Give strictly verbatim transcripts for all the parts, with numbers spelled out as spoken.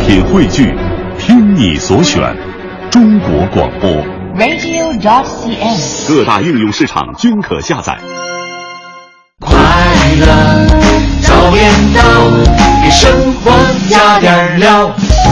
品汇聚，听你所选，中国广播 radio dot c n， 各大应用市场均可下载。 快乐早点到，给生活加点料。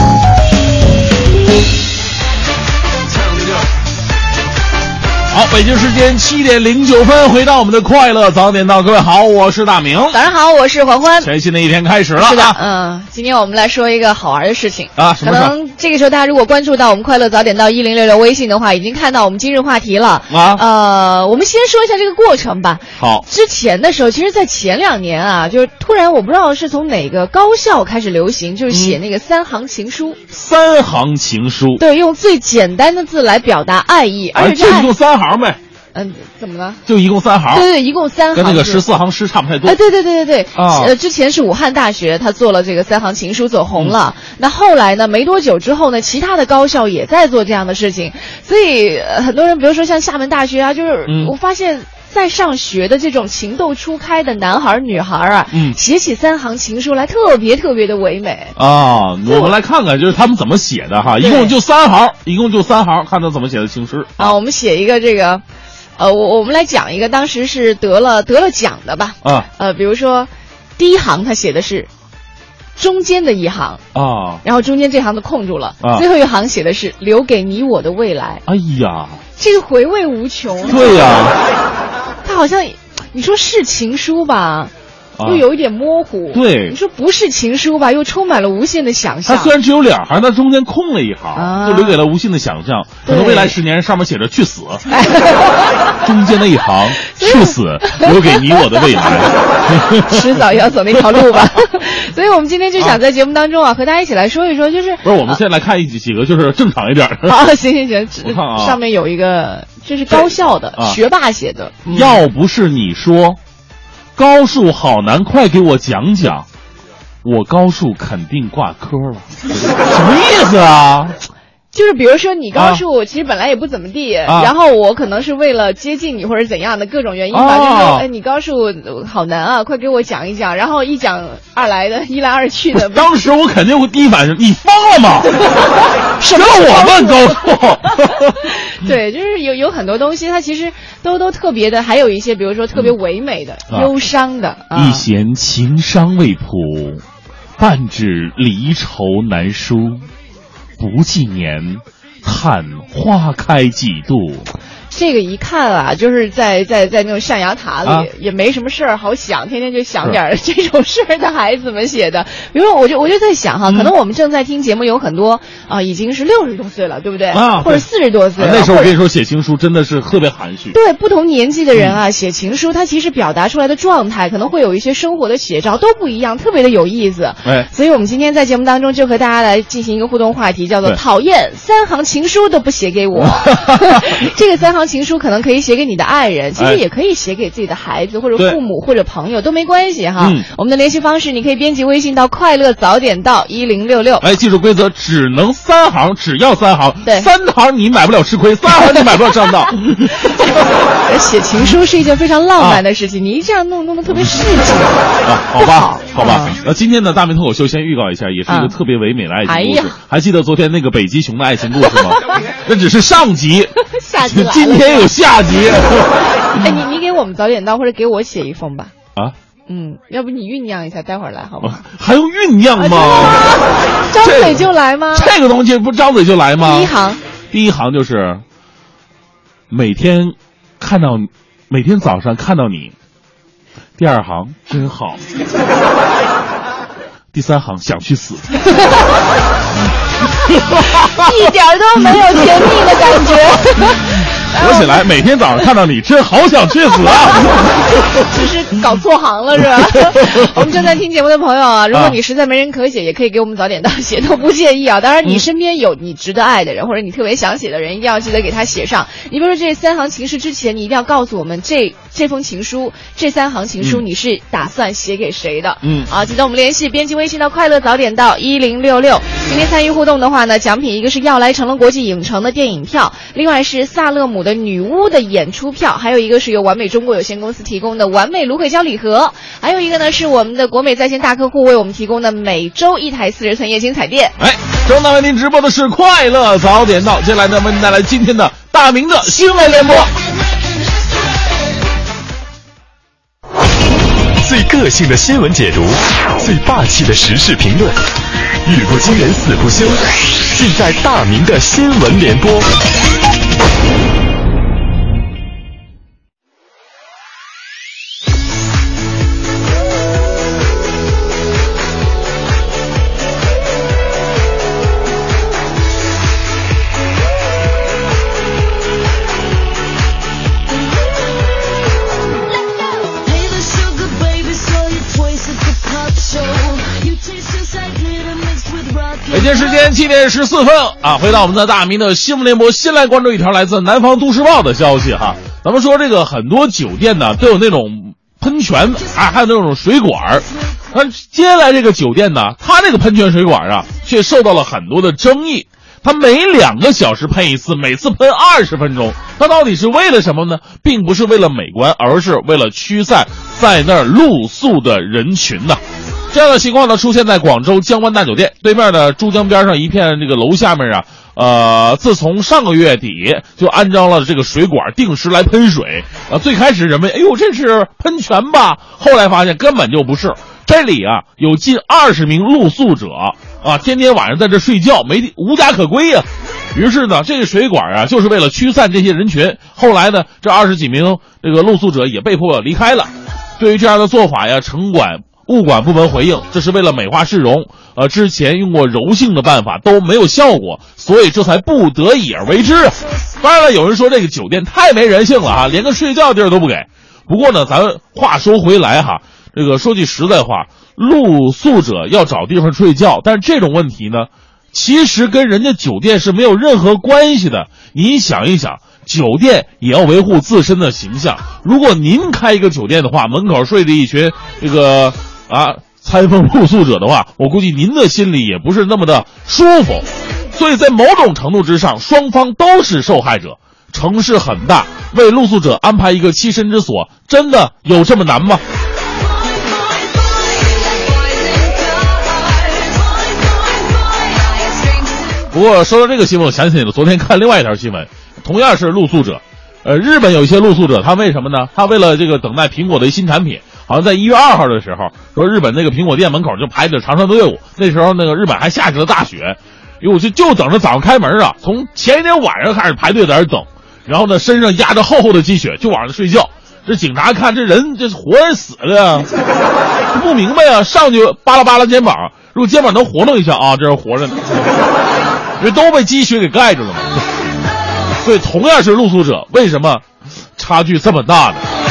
好，北京时间七点零九分，回到我们的快乐早点到，各位好，我是大明。 早上好，我是黄欢。 全新的一天开始了， 是的，嗯，今天我们来说一个好玩的事情啊，什么事？ 可能这个时候大家如果关注到我们快乐早点到一零六六微信的话，已经看到我们今日话题了啊。 呃，我们先说一下这个过程吧。 好， 之前的时候，其实，在前两年啊，就是突然我不知道是从哪个高校开始流行，就是写那个三行情书。嗯、 三行情书。 对，用最简单的字来表达爱意，而且这一共三行呗。 嗯，怎么了？ 就一共三行。 对对，一共三行， 跟那个十四行诗差不太多。 哎，对对对对对。 啊， 呃，之前是武汉大学，他做了这个三行情书，走红了。嗯、那后来呢？没多久之后呢，其他的高校也在做这样的事情。所以、呃、很多人，比如说像厦门大学啊，就是我发现，在上学的这种情窦初开的男孩女孩啊，嗯，写起三行情书来特别特别的唯美啊。我们来看看，就是他们怎么写的哈，一共就三行，一共就三行，看他怎么写的情诗啊。我们写一个这个。呃，我我们来讲一个当时是得了得了奖的吧。 啊。 呃，比如说，第一行他写的是中间的一行啊， 然后中间这行都空住了， 啊， 最后一行写的是留给你我的未来。 哎呀， 这个回味无穷。 对呀、啊， 他好像你说是情书吧？又有一点模糊， 啊、对， 你说不是情书吧，又充满了无限的想象。 它虽然只有两行，但中间空了一行，啊、就留给了无限的想象。可能未来十年上面写着去死，中间那一行去死，留给你我的未来。 迟早要走那条路吧。所以我们今天就想在节目当中啊，和大家一起来说一说，就是不是我们现在来看一几几个就是正常一点的。 啊，行行行， 我看啊， 上面有一个，这是高校的、啊、学霸写的、 嗯。要不是你说。高数好难，快给我讲讲。我高数肯定挂科了，什么意思啊？ 就是比如说你高数其实本来也不怎么地，啊、然后我可能是为了接近你或者怎样的各种原因吧，啊、就是说，哎，你高数好难啊，快给我讲一讲。然后一讲二来的，一来二去的。 当时我肯定会第一反应，你疯了吗？什么我问高数？ 对，就是有有很多东西，它其实都都特别的，还有一些比如说特别唯美的、嗯、忧伤的。 啊、一弦情伤未谱，半指离愁难书。不计年，叹花开几度。 这个一看啊，就是在在在那种象牙塔里、啊、也没什么事儿好想，天天就想点这种事儿的孩子们写的。比如说，我就我就在想哈，嗯、可能我们正在听节目有很多啊、呃，已经是六十多岁了，对不对？ 啊， 或者四十多岁了、 啊。那时候我跟你说，写情书真的是特别含蓄。 对，不同年纪的人啊，嗯、写情书，他其实表达出来的状态可能会有一些生活的写照，都不一样，特别的有意思。 哎， 所以我们今天在节目当中就和大家来进行一个互动话题，叫做“讨厌三行情书都不写给我”。这个三行情书可能可以写给你的爱人，其实也可以写给自己的孩子或者父母或者朋友都没关系哈。嗯、我们的联系方式你可以编辑微信到快乐早点到一零六六。 哎，记住规则，只能三行，只要三行。 对， 三行你买不了吃亏，三行你买不了上当。 写情书是一件非常浪漫的事情，啊、你一这样弄弄得特别市井啊，好吧，好吧。那、啊、今天的大明脱口秀先预告一下，也是一个特别唯美的爱情故事。 啊、 还记得昨天那个北极熊的爱情故事吗？那只是上集， 下集今天有下集。 哎，你你给我们早点到，或者给我写一封吧。 啊， 嗯，要不你酝酿一下，待会儿来好吗？ 还用酝酿吗？ 啊、张嘴就来吗？ 这个东西不张嘴就来吗？ 第一行， 第一行就是每天看到，每天早上看到你。第二行真好。第三行想去死。 一点都没有甜蜜的感觉。 说起来，每天早上看到你，真好想去死啊！ 只是搞错行了是吧？我们正在听节目的朋友啊，如果你实在没人可写，也可以给我们早点到写，都不介意啊。当然，你身边有你值得爱的人，或者你特别想写的人，一定要记得给他写上。你比如说这三行情诗之前，你一定要告诉我们这这封情书，这三行情书你是打算写给谁的？嗯，啊，记得我们联系编辑微信到快乐早点到一零六六。今天参与互动的话呢，奖品一个是要来成龙国际影城的电影票，另外是萨勒姆的女巫的演出票，还有一个是由完美中国有限公司提供的完美芦荟胶礼盒，还有一个呢是我们的国美在线大客户为我们提供的每周一台四十寸液晶彩电。 哎。 正在为您直播的是快乐早点到，接下来呢为您带来今天的大明的新闻联播。 最个性的新闻解读，最霸气的时事评论，语不惊人死不休，尽在大明的新闻联播。 北京时间七点十四分啊，回到我们的大明的新闻联播，先来关注一条来自南方都市报的消息哈。咱们说这个很多酒店呢都有那种喷泉啊，还有那种水管，那接下来这个酒店呢，它这个喷泉水管啊，却受到了很多的争议。它每两个小时喷一次，每次喷二十分钟，它到底是为了什么呢？并不是为了美观，而是为了驱散在那儿露宿的人群呢。这样的情况呢，出现在广州江湾大酒店对面的珠江边上一片这个楼下面啊，呃，自从上个月底就安装了这个水管，定时来喷水。啊，最开始人们，哎呦，这是喷泉吧？后来发现根本就不是。这里啊，有近二十名露宿者啊，天天晚上在这睡觉，没无家可归呀、啊。于是呢，这个水管啊，就是为了驱散这些人群。后来呢，这二十几名这个露宿者也被迫离开了。对于这样的做法呀，城管物管部门回应，这是为了美化市容，呃，之前用过柔性的办法都没有效果，所以这才不得已而为之啊。当然了，有人说这个酒店太没人性了啊，连个睡觉地儿都不给。不过呢，咱话说回来哈，这个说句实在话，露宿者要找地方睡觉，但是这种问题呢，其实跟人家酒店是没有任何关系的。你想一想，酒店也要维护自身的形象。如果您开一个酒店的话，门口睡着一群这个啊餐风露宿者的话，我估计您的心里也不是那么的舒服。所以在某种程度之上，双方都是受害者。城市很大，为露宿者安排一个栖身之所，真的有这么难吗？不过说到这个新闻，我想起了昨天看另外一条新闻，同样是露宿者，呃，日本有一些露宿者，他为什么呢？他为了这个等待苹果的新产品，好像在一月二号的时候，说日本那个苹果店门口就排着长长的队伍，那时候那个日本还下着了大雪，哟，就就等着早上开门啊，从前一天晚上开始排队在那等，然后呢身上压着厚厚的积雪，就晚上睡觉。这警察看这人这是活人死了呀，不明白呀，上去扒拉扒拉肩膀，如果肩膀能活动一下啊，这是活着呢。因为都被积雪给盖住了嘛，所以同样是露宿者，为什么差距这么大呢？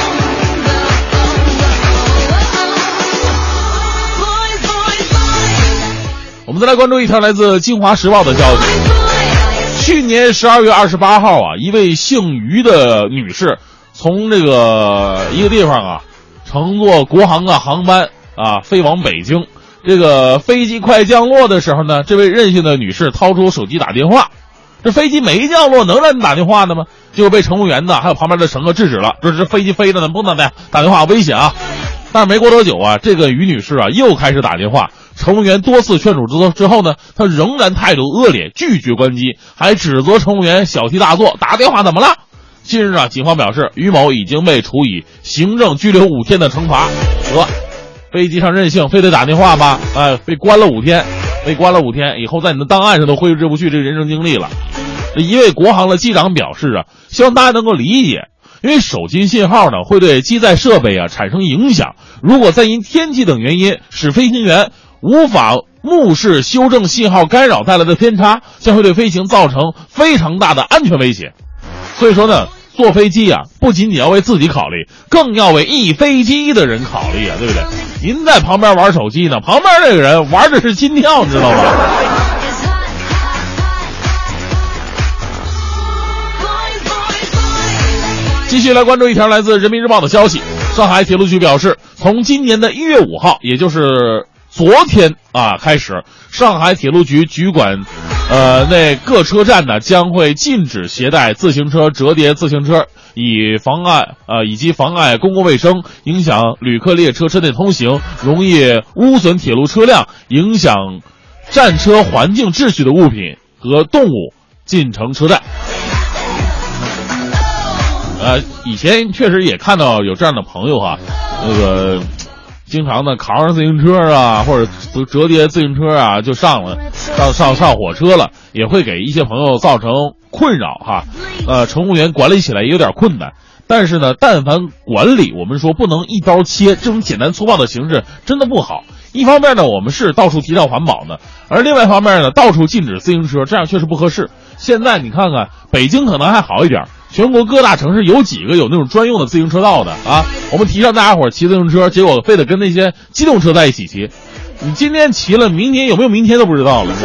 我们再来关注一条来自《京华时报》的消息。去年十二月二十八号啊，一位姓于的女士从这个一个地方啊，乘坐国航的航班啊，飞往北京。这个飞机快降落的时候呢，这位任性的女士掏出手机打电话。这飞机没降落，能让你打电话的吗？结果被乘务员呢，还有旁边的乘客制止了，说这飞机飞着呢，不能打打电话，危险啊！但是没过多久啊，这个于女士啊又开始打电话。乘务员多次劝阻之之后呢，她仍然态度恶劣，拒绝关机，还指责乘务员小题大做，打电话怎么了？近日啊，警方表示于某已经被处以行政拘留五天的惩罚。得。飞机上任性，非得打电话吗？哎，被关了五天，被关了五天，以后在你的档案上都挥之不去这个人生经历了。这一位国航的机长表示啊，希望大家能够理解，因为手机信号呢会对机载设备啊产生影响。如果再因天气等原因使飞行员无法目视修正信号干扰带来的偏差，将会对飞行造成非常大的安全威胁。所以说呢，坐飞机啊，不仅仅要为自己考虑，更要为一飞机的人考虑啊，对不对？您在旁边玩手机呢，旁边这个人玩的是心跳，你知道吗？继续来关注一条来自人民日报的消息，上海铁路局表示，从今年的一月五号，也就是昨天啊开始，上海铁路局局管呃那各车站呢将会禁止携带自行车、折叠自行车，以妨碍呃以及妨碍公共卫生、影响旅客列车车内通行、容易污损铁路车辆、影响战车环境秩序的物品和动物进城车站。呃，以前确实也看到有这样的朋友哈，那个经常的扛上自行车啊，或者折折叠自行车啊，就上了上上上火车了，也会给一些朋友造成困扰哈。呃，乘务员管理起来也有点困难。但是呢，但凡管理，我们说不能一刀切，这种简单粗暴的形式真的不好。一方面呢，我们是到处提倡环保的，而另外一方面呢，到处禁止自行车，这样确实不合适。现在你看看，北京可能还好一点，全国各大城市有几个有那种专用的自行车道的啊？我们提倡大家伙骑自行车，结果非得跟那些机动车在一起骑。你今天骑了，明年有没有明天都不知道了。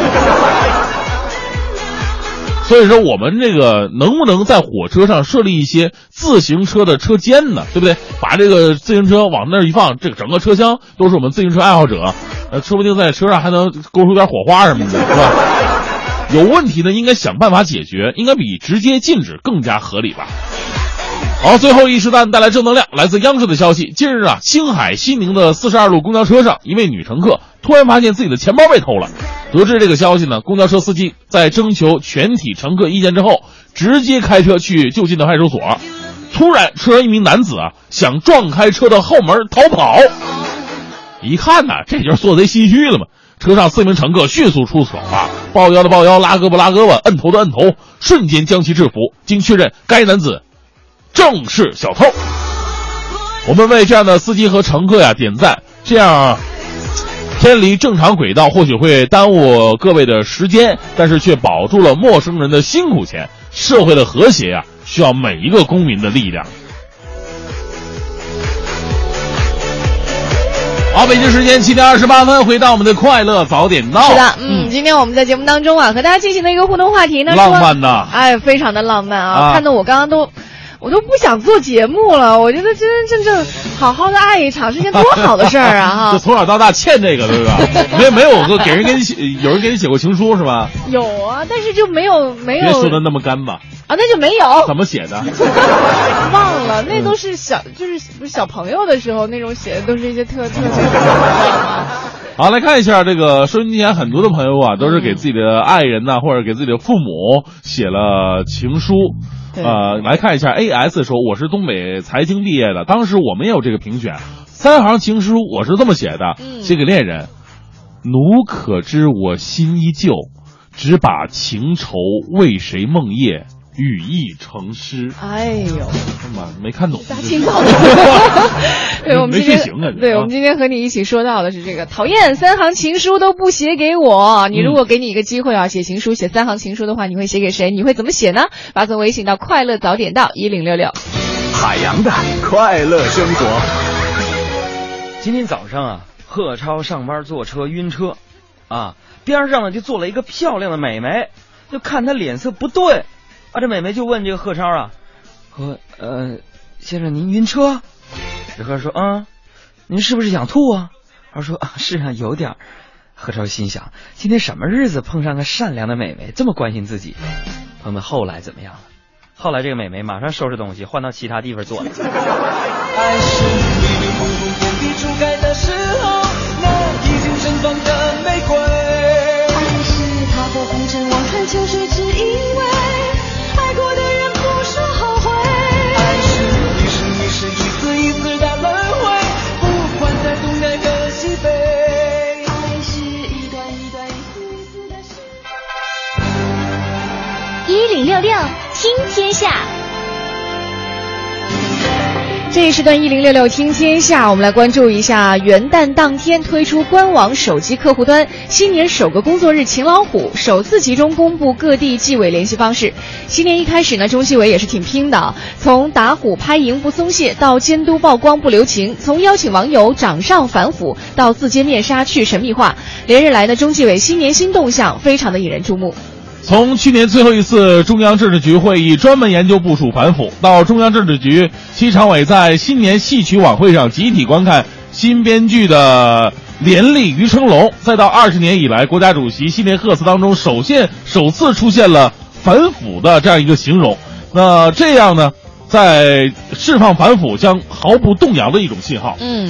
所以说，我们这个能不能在火车上设立一些自行车的车间呢？对不对？把这个自行车往那儿一放，这个整个车厢都是我们自行车爱好者，呃，说不定在车上还能勾出点火花什么的，是吧？有问题呢，应该想办法解决，应该比直接禁止更加合理吧。好，最后一时段带来正能量，来自央视的消息。近日啊，青海西宁的四十二路公交车上，一位女乘客突然发现自己的钱包被偷了。得知这个消息呢，公交车司机在征求全体乘客意见之后，直接开车去就近的派出所。突然，车上一名男子啊，想撞开车的后门逃跑。一看呢，这就是做贼心虚了嘛。车上四名乘客迅速出手啊，抱腰的抱腰，拉胳膊拉胳膊，摁头的摁头，瞬间将其制服。经确认，该男子正是小偷。我们为这样的司机和乘客呀点赞，这样偏离正常轨道或许会耽误各位的时间，但是却保住了陌生人的辛苦钱。社会的和谐呀，需要每一个公民的力量。好，北京时间七点二十八分，回到我们的快乐早点到。 是的，嗯，今天我们在节目当中啊，和大家进行的一个互动话题呢， 浪漫的， 哎，非常的浪漫啊， 啊看得我刚刚都。我都不想做节目了，我觉得真真正正好好的爱一场是件多好的事儿啊！哈， 就从小到大欠这个，对吧？没没有个给人给你写，有人给你写过情书是吧？ 有啊，但是就没有没有。 别说的那么干吧。 啊，那就没有。 怎么写的？ 忘了，那都是小，就是不是小朋友的时候那种写的，都是一些特特别。 好，来看一下这个收音机前很多的朋友啊，都是给自己的爱人呐、啊，或者给自己的父母写了情书。呃，来看一下 A S 说，我是东北财经毕业的，当时我们也有这个评选，三行情书，我是这么写的， 嗯、 写给恋人：奴可知我心依旧，只把情愁为谁梦夜，语意成诗。 哎呦， 妈，没看懂。 大清早的。对，我们今天对，我们今天和你一起说到的是这个讨厌三行情书都不写给我。你如果给你一个机会啊，写情书写三行情书的话，你会写给谁？你会怎么写呢？发送微信到快乐早点到一零六六。 海洋的快乐生活。 今天早上啊，贺超上班坐车晕车，啊，边上呢就坐了一个漂亮的美眉，就看她脸色不对，啊，这美眉就问这个贺超啊，说呃，先生您晕车？这贺说啊、嗯，您是不是想吐啊？他说啊，是啊，有点。贺超心想，今天什么日子碰上个善良的美眉，这么关心自己。朋友们，后来怎么样了？后来这个美眉马上收拾东西换到其他地方坐了。 爱是迷迷蒙蒙天地初开的时候，那已经盛放的玫瑰。 爱是踏破红尘望穿秋水，只因为爱过的人不说后悔。 爱是一生一世一次一次的轮回，不管在东南和西北。 爱是一段一段一丝一丝的事。 一零六六听天下。 这一时段一零六六听天下，我们来关注一下元旦当天推出官网手机客户端，新年首个工作日秦老虎首次集中公布各地纪委联系方式。新年一开始呢，中纪委也是挺拼的，从打虎拍蝇不松懈到监督曝光不留情，从邀请网友掌上反腐到自揭面纱去神秘化，连日来呢，中纪委新年新动向非常的引人注目。 从去年最后一次中央政治局会议专门研究部署反腐，到中央政治局七常委在新年戏曲晚会上集体观看新编剧的连丽于成龙，再到二十年以来国家主席新年贺词当中首现首次出现了反腐的这样一个形容，那这样呢，在释放反腐将毫不动摇的一种信号。 嗯，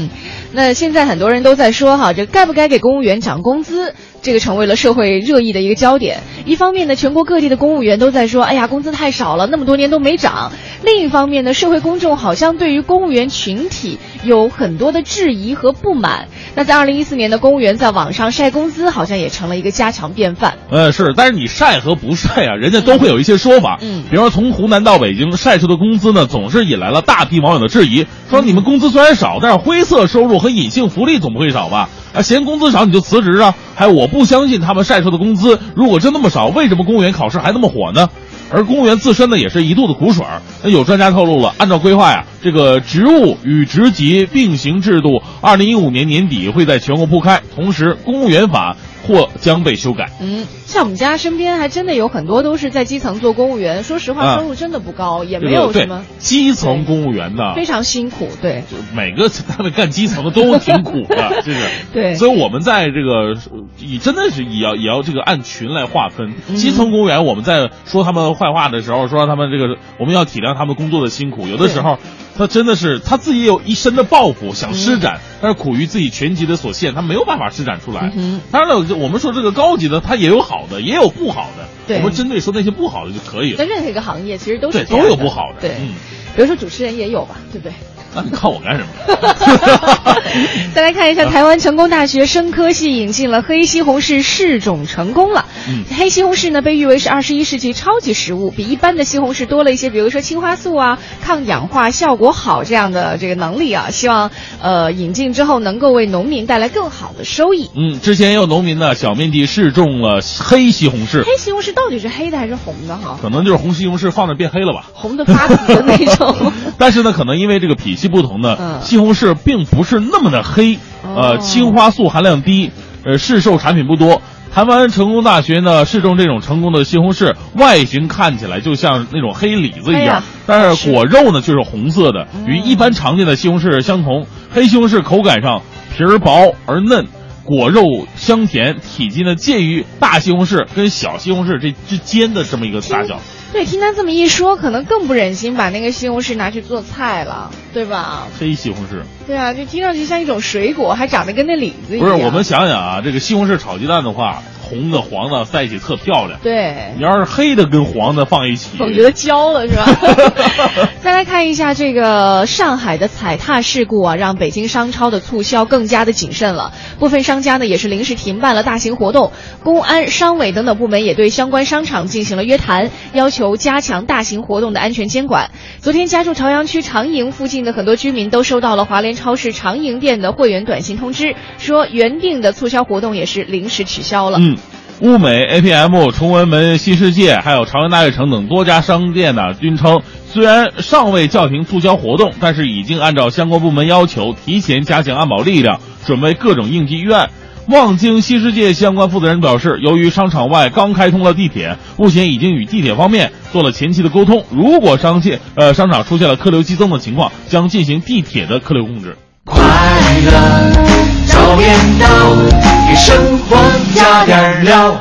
那现在很多人都在说哈，这该不该给公务员涨工资？这个成为了社会热议的一个焦点。一方面呢，全国各地的公务员都在说，哎呀，工资太少了，那么多年都没涨。另一方面呢，社会公众好像对于公务员群体有很多的质疑和不满。那在二零一四年的公务员在网上晒工资，好像也成了一个家常便饭。 呃，是，但是你晒和不晒啊，人家都会有一些说法。 嗯， 比方说从湖南到北京晒出的工资呢，总是引来了大批网友的质疑，说你们工资虽然少，但是灰色收入和隐性福利总不会少吧？啊，嫌工资少你就辞职啊？还有，我不相信他们晒出的工资，如果真那么少，为什么公务员考试还那么火呢？而公务员自身呢，也是一肚子苦水。那有专家透露了，按照规划呀，这个职务与职级并行制度，二零一五年年底会在全国铺开，同时公务员法或将被修改。 嗯，像我们家身边还真的有很多都是在基层做公务员，说实话， 啊、 收入真的不高，也没有什么。 对，基层公务员呢， 非常辛苦，对， 每个他们干基层的都挺苦的，这是对。 所以我们在这个以真的是也要也要这个按群来划分。嗯、基层公务员，我们在说他们坏话的时候，说他们这个我们要体谅他们工作的辛苦，有的时候他真的是他自己也有一身的抱负想施展，嗯、但是苦于自己权级的所限，他没有办法施展出来。 嗯、 当然了，我们说这个高级的，他也有好的，也有不好的。 对， 我们针对说那些不好的就可以了。 在任何一个行业，其实都是对都有不好的。 对， 嗯， 比如说主持人也有吧，对不对？ 那你看我干什么？ 再来看一下，台湾成功大学生科系引进了黑西红柿试种成功了。 嗯， 黑西红柿呢被誉为是二十一世纪超级食物，比一般的西红柿多了一些，比如说青花素啊、抗氧化效果好这样的这个能力啊。希望呃引进之后能够为农民带来更好的收益。 嗯，之前也有农民呢小面积试种了黑西红柿。 黑西红柿到底是黑的还是红的哈？ 可能就是红西红柿放着变黑了吧？ 红的发紫的那种。 但是呢，可能因为这个脾气不同呢， 嗯、 西红柿并不是那么的黑，呃，青花素含量低，呃，市售产品不多。台湾成功大学呢试种这种成功的西红柿，外形看起来就像那种黑李子一样，哎、但是果肉呢却是红色的，与一般常见的西红柿相同。黑西红柿口感上皮儿薄而嫩，果肉香甜，体积呢介于大西红柿跟小西红柿这之间的这么一个大小。 对，听他这么一说，可能更不忍心把那个西红柿拿去做菜了，对吧？ 黑西红柿。 对啊，就听上去像一种水果，还长得跟那李子一样。 不是，我们想想啊，这个西红柿炒鸡蛋的话，红的、黄的在一起特漂亮。 对。 你要是黑的跟黄的放一起， 总觉得焦了，是吧？再来看一下这个上海的踩踏事故啊，让北京商超的促销更加的谨慎了。部分商家呢也是临时停办了大型活动，公安、商委等等部门也对相关商场进行了约谈，要求加强大型活动的安全监管。昨天家住朝阳区长营附近的很多居民都收到了华联超市长营店的会员短信通知，说原定的促销活动也是临时取消了。 嗯。物美、A P M、崇文门、新世界，还有朝阳大悦城等多家商店呢，均称虽然尚未叫停促销活动，但是已经按照相关部门要求，提前加强安保力量，准备各种应急预案。望京新世界相关负责人表示，由于商场外刚开通了地铁，目前已经与地铁方面做了前期的沟通，如果商界呃商场出现了客流激增的情况，将进行地铁的客流控制。 快乐早点到，给生活加点料。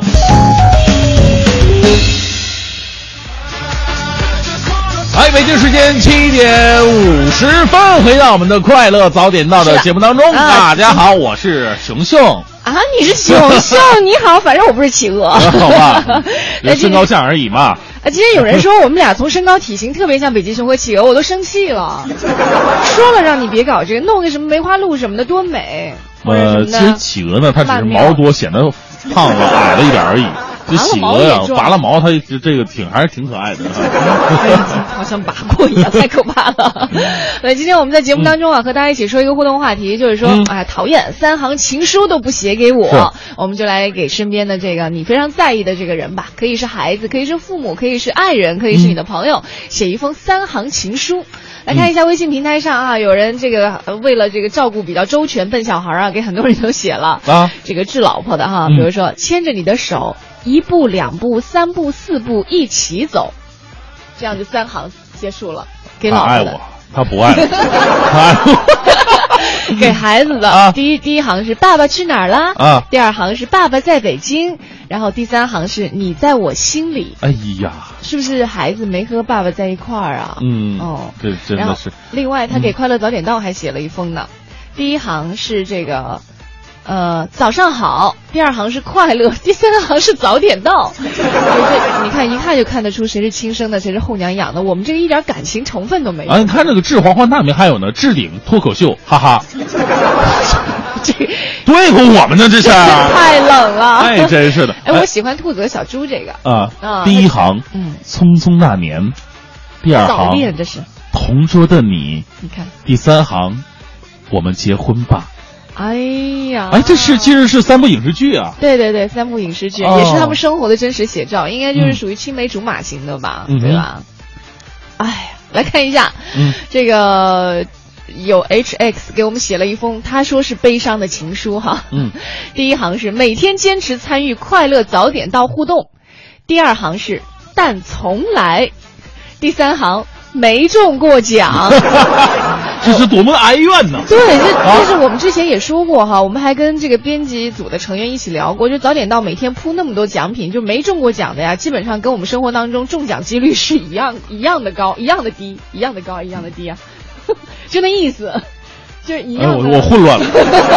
来，北京时间七点五十分，回到我们的快乐早点到的节目当中。大家好，我是熊熊。 啊，你是熊熊，你好，反正我不是企鹅， 好吧，身高像而已嘛。 啊，今天有人说我们俩从身高体型特别像北极熊和企鹅，我都生气了。说了让你别搞这个，弄个什么梅花鹿什么的多美。 呃，其实企鹅呢，它只是毛多，显得胖了矮了一点而已。这企鹅呀，拔了毛，它这个挺还是挺可爱的。 好像拔过一样，太可怕了。对，今天我们在节目当中啊，和大家一起说一个互动话题，就是说， 嗯、 哎，讨厌三行情书都不写给我，我们就来给身边的这个你非常在意的这个人吧，可以是孩子，可以是父母，可以是爱人，可以是你的朋友，嗯、写一封三行情书。来看一下微信平台上啊，有人这个为了这个照顾比较周全笨小孩啊，给很多人都写了啊， 这个治老婆的哈，比如说、嗯、牵着你的手，一步两步三步四步一起走，这样就三行结束了。给老婆的， 他爱我，他不爱我，他爱我。 给孩子的、啊、第一第一行是爸爸去哪儿了啊， 第二行是爸爸在北京，然后第三行是你在我心里。 哎呀， 是不是孩子没和爸爸在一块儿啊？ 嗯， 哦， 这真的是。 另外，他给快乐早点到还写了一封呢。 第一行是这个。呃，早上好。第二行是快乐，第三行是早点到。这你看，一看就看得出谁是亲生的，谁是后娘养的。我们这个一点感情成分都没有。 啊，你看这个治黄欢大名还有呢，置顶脱口秀，哈哈。 这对付我们呢，这是太冷了。 哎，真是的。 哎，我喜欢兔子和小猪这个啊。 啊， 第一行， 嗯， 匆匆那年。第二行， 早恋这是。 同桌的你。 你看。 第三行，我们结婚吧。 哎呀， 哎，这是其实是三部影视剧啊。 对对对，三部影视剧、哦、也是他们生活的真实写照，应该就是属于青梅竹马型的吧， 嗯、 对吧？哎，来看一下， 嗯， 这个有 H X 给我们写了一封，他说是悲伤的情书哈。 嗯， 第一行是每天坚持参与快乐早点到互动，第二行是但从来，第三行没中过奖。 这是多么哀怨呢！ 对，这这是我们之前也说过哈，我们还跟这个编辑组的成员一起聊过，就早点到每天铺那么多奖品，就没中过奖的呀，基本上跟我们生活当中中奖几率是一样一样的高，一样的低，一样的高，一样的低啊，就那意思，就一样的。 哎、我我混乱了。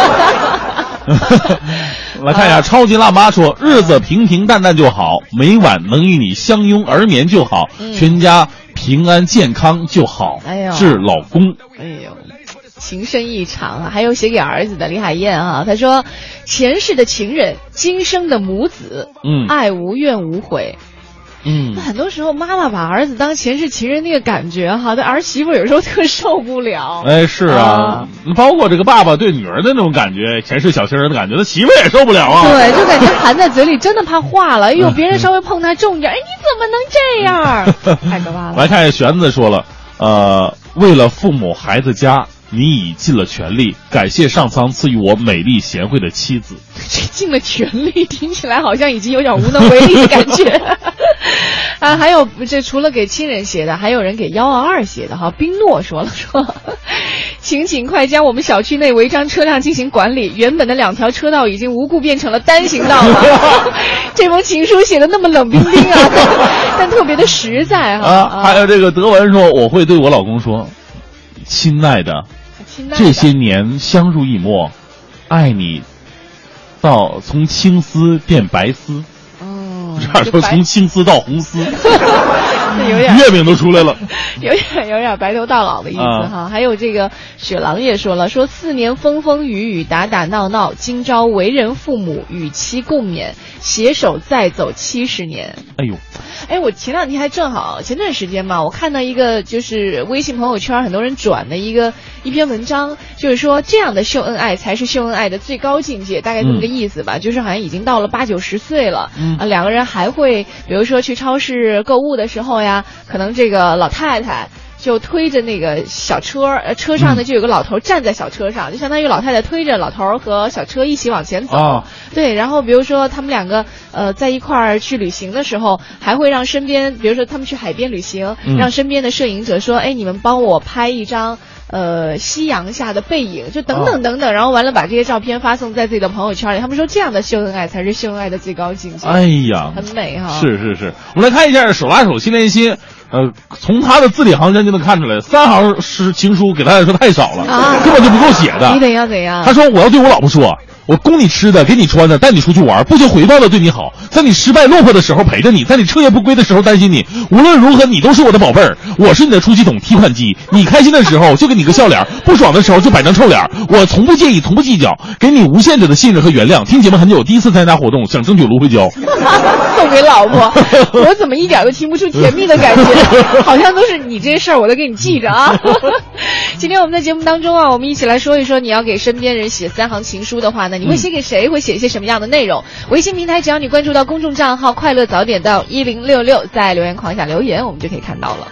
来看一下，超级辣妈说：“日子平平淡淡就好，每晚能与你相拥而眠就好， 嗯、 全家平安健康就好。” 哎呦， 致老公。 哎呦，情深意长啊！还有写给儿子的李海燕啊，他说：“前世的情人，今生的母子， 嗯， 爱无怨无悔。” 嗯， 很多时候妈妈把儿子当前世情人那个感觉哈，但儿媳妇有时候特受不了。 哎，是啊，啊包括这个爸爸对女儿的那种感觉，前世小情人的感觉，他媳妇也受不了啊。 对，就感觉含在嘴里，真的怕化了。哎呦，别人稍微碰他重点，哎，你怎么能这样？太可怕了。 来看玄子说了，呃，为了父母孩子家，你已尽了全力，感谢上苍赐予我美丽贤惠的妻子。 尽了全力，听起来好像已经有点无能为力的感觉。啊，还有这除了给亲人写的，还有人给幺二二写的哈。冰诺说了说，请尽快将我们小区内违章车辆进行管理，原本的两条车道已经无故变成了单行道了。这封情书写的那么冷冰冰啊，但特别的实在哈。 啊，还有这个德文说，我会对我老公说，亲爱的， 亲爱的， 这些年相濡以沫，爱你到从青丝变白丝。 哦， 这样说从青丝到红丝， 有点月饼都出来了， 有点有点白头到老的意思哈。 啊、 还有这个雪狼也说了，说四年风风雨雨打打闹闹，今朝为人父母与妻共勉，携手再走七十年。 哎呦， 哎，我前两天还正好前段时间嘛，我看到一个就是微信朋友圈很多人转的一个一篇文章，就是说这样的秀恩爱才是秀恩爱的最高境界，大概这么个意思吧。嗯、就是好像已经到了八九十岁了， 嗯、 啊，两个人还会比如说去超市购物的时候呀，可能这个老太太就推着那个小车，呃，车上呢就有个老头站在小车上，嗯、就相当于老太太推着老头和小车一起往前走。 哦、 对，然后比如说他们两个呃在一块儿去旅行的时候，还会让身边，比如说他们去海边旅行， 嗯、 让身边的摄影者说，哎，你们帮我拍一张呃夕阳下的背影，就等等等等，哦、然后完了把这些照片发送在自己的朋友圈里。他们说这样的秀恩爱才是秀恩爱的最高境界。 哎呀， 很美哈。 是是是，我们来看一下手拉手心连心。呃，从他的字里行间就能看出来，三行诗情书给他来说太少了， 啊， 根本就不够写的。 你得要怎样？ 他说我要对我老婆说，我供你吃的，给你穿的，带你出去玩，不求回报的对你好，在你失败落魄的时候陪着你，在你彻夜不归的时候担心你。无论如何，你都是我的宝贝儿，我是你的出气筒提款机。你开心的时候就给你个笑脸，不爽的时候就摆张臭脸。我从不介意，从不计较，给你无限制的信任和原谅。听节目很久，第一次参加活动，想争取芦荟胶， 送给老婆。我怎么一点都听不出甜蜜的感觉？好像都是你这些事儿，我都给你记着啊。今天我们在节目当中啊，我们一起来说一说，你要给身边人写三行情书的话呢，你会写给谁？会写一些什么样的内容？微信平台只要你关注到公众账号快乐早点到一零六六，在留言框下留言，我们就可以看到了。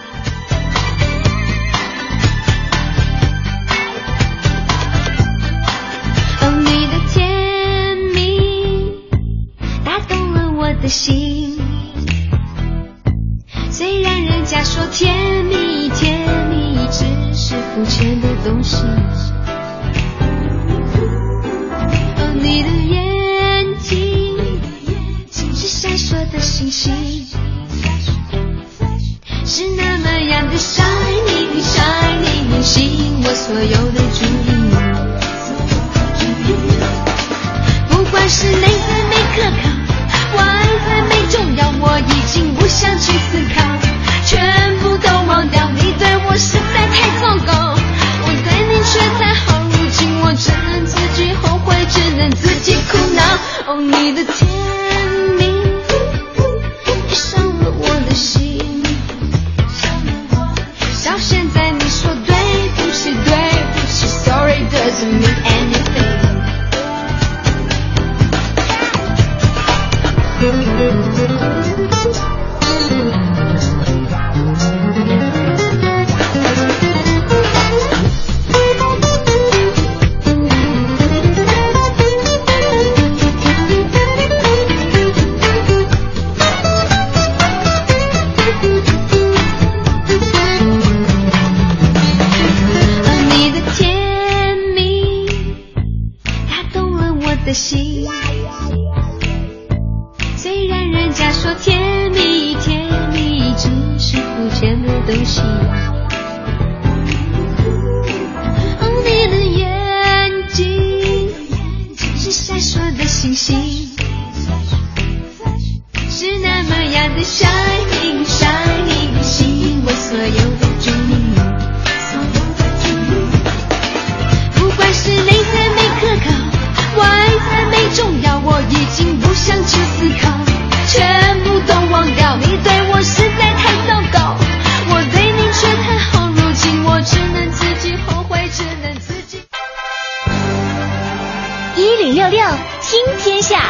哦，你的甜蜜打动了我的心，虽然人家说甜蜜甜蜜只是肤浅的东西。哦，你的眼睛是闪烁的星星，是那么样的 shining shining， 吸引我所有的注意。 是内在没可靠，外在没重要，我已经不想去思考，全部都忘掉，你对我实在太糟糕，我对你却太好，如今我只能自己后悔，只能自己苦恼。哦，你的甜蜜你伤了我的心，到现在你说对不起对不起 Sorry doesn't mean anything。心，虽然人家说甜蜜甜蜜只是肤浅的东西，哦，你的眼睛是闪烁的星星，是那么样的 shining shining， 吸引我所有的注意，不管是内在没可靠，外在没重要，我已经不想去思考，全部都忘掉，你对我实在太糟糕，我对你却太好，如今我只能自己后悔，只能自己。 一零六六听天下。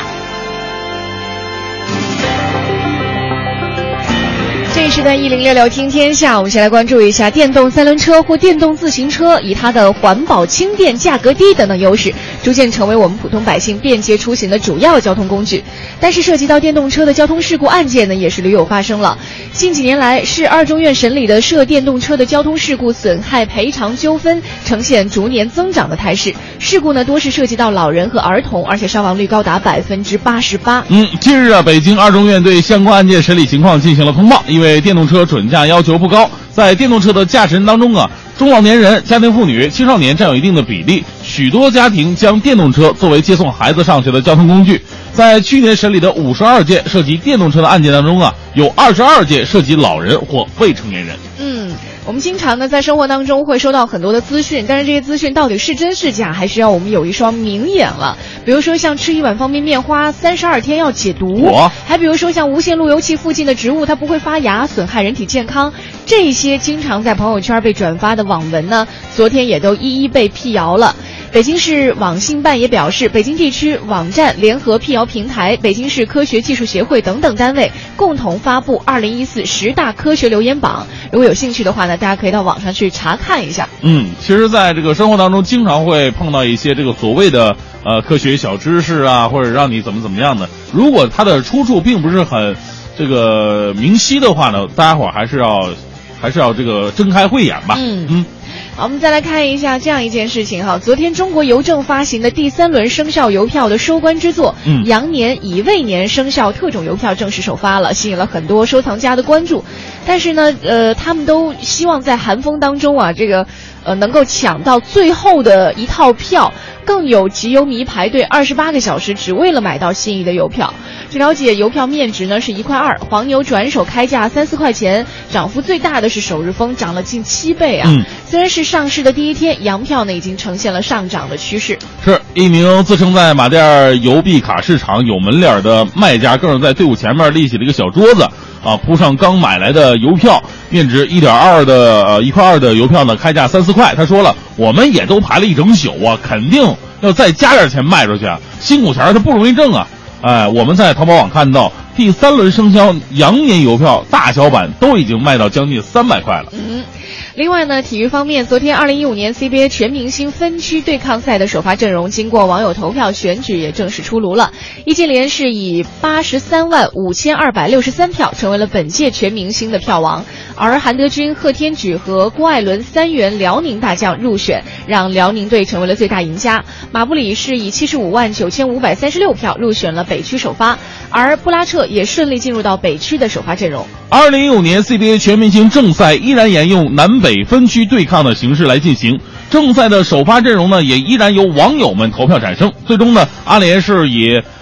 这一时段一零六六听天下，我们先来关注一下电动三轮车或电动自行车以它的环保、轻便、价格低等等优势，逐渐成为我们普通百姓便捷出行的主要交通工具。但是涉及到电动车的交通事故案件呢，也是屡有发生了。近几年来，市二中院审理的涉电动车的交通事故损害赔偿纠纷呈现逐年增长的态势。事故呢，多是涉及到老人和儿童，而且伤亡率高达百分之八十八。 嗯，近日啊，北京二中院对相关案件审理情况进行了通报。因为电动车准驾要求不高，在电动车的驾驶人当中啊，中老年人、家庭妇女、青少年占有一定的比例，许多家庭将电动车作为接送孩子上学的交通工具。在去年审理的五十二件涉及电动车的案件当中啊，有二十二件涉及老人或未成年人。 嗯，我们经常呢在生活当中会收到很多的资讯，但是这些资讯到底是真是假，还需要我们有一双明眼了。比如说像吃一碗方便面花三十二天要解毒，还比如说像无线路由器附近的植物它不会发芽，损害人体健康。这些经常在朋友圈被转发的网文呢，昨天也都一一被辟谣了。北京市网信办也表示，北京地区网站联合辟谣平台、北京市科学技术协会等等单位共同发布二零一四十大科学留言榜。如果有兴趣的话呢，大家可以到网上去查看一下。 嗯，其实在这个生活当中经常会碰到一些这个所谓的呃科学小知识啊，或者让你怎么怎么样的，如果它的出处并不是很这个明晰的话呢，大家伙还是要还是要这个睁开慧眼吧。 嗯嗯。 好，我们再来看一下这样一件事情哈。昨天中国邮政发行的第三轮生肖邮票的收官之作， 嗯， 羊年乙未年生肖特种邮票正式首发了，吸引了很多收藏家的关注。但是呢，呃，他们都希望在寒风当中啊，这个呃能够抢到最后的一套票。更有集邮迷排队二十八个小时，只为了买到心仪的邮票。据了解，邮票面值呢是一块二，黄牛转手开价三四块钱，涨幅最大的是首日封，涨了近七倍啊！ 嗯， 虽然是上市的第一天，洋票呢已经呈现了上涨的趋势。 是一名自称在马甸邮币卡市场有门脸的卖家，更是在队伍前面立起了一个小桌子。啊，铺上刚买来的邮票，面值一点二的呃一块二的邮票呢，开价三四块。他说了，我们也都排了一整宿啊，肯定要再加点钱卖出去啊，辛苦钱他不容易挣啊。哎，我们在淘宝网看到第三轮生肖羊年邮票大小版都已经卖到将近三百块了。 嗯。另外呢，体育方面，昨天二零一五年 C B A 全明星分区对抗赛的首发阵容经过网友投票选举也正式出炉了。易建联是以八十三万五千二百六十三票成为了本届全明星的票王，而韩德君、贺天举和郭艾伦三员辽宁大将入选，让辽宁队成为了最大赢家。马布里是以七十五万九千五百三十六票入选了北区首发，而布拉彻也顺利进入到北区的首发阵容。 二零一五年 C B A 全明星正赛依然沿用南北分区对抗的形式来进行，正赛的首发阵容呢也依然由网友们投票产生。最终呢，阿联是以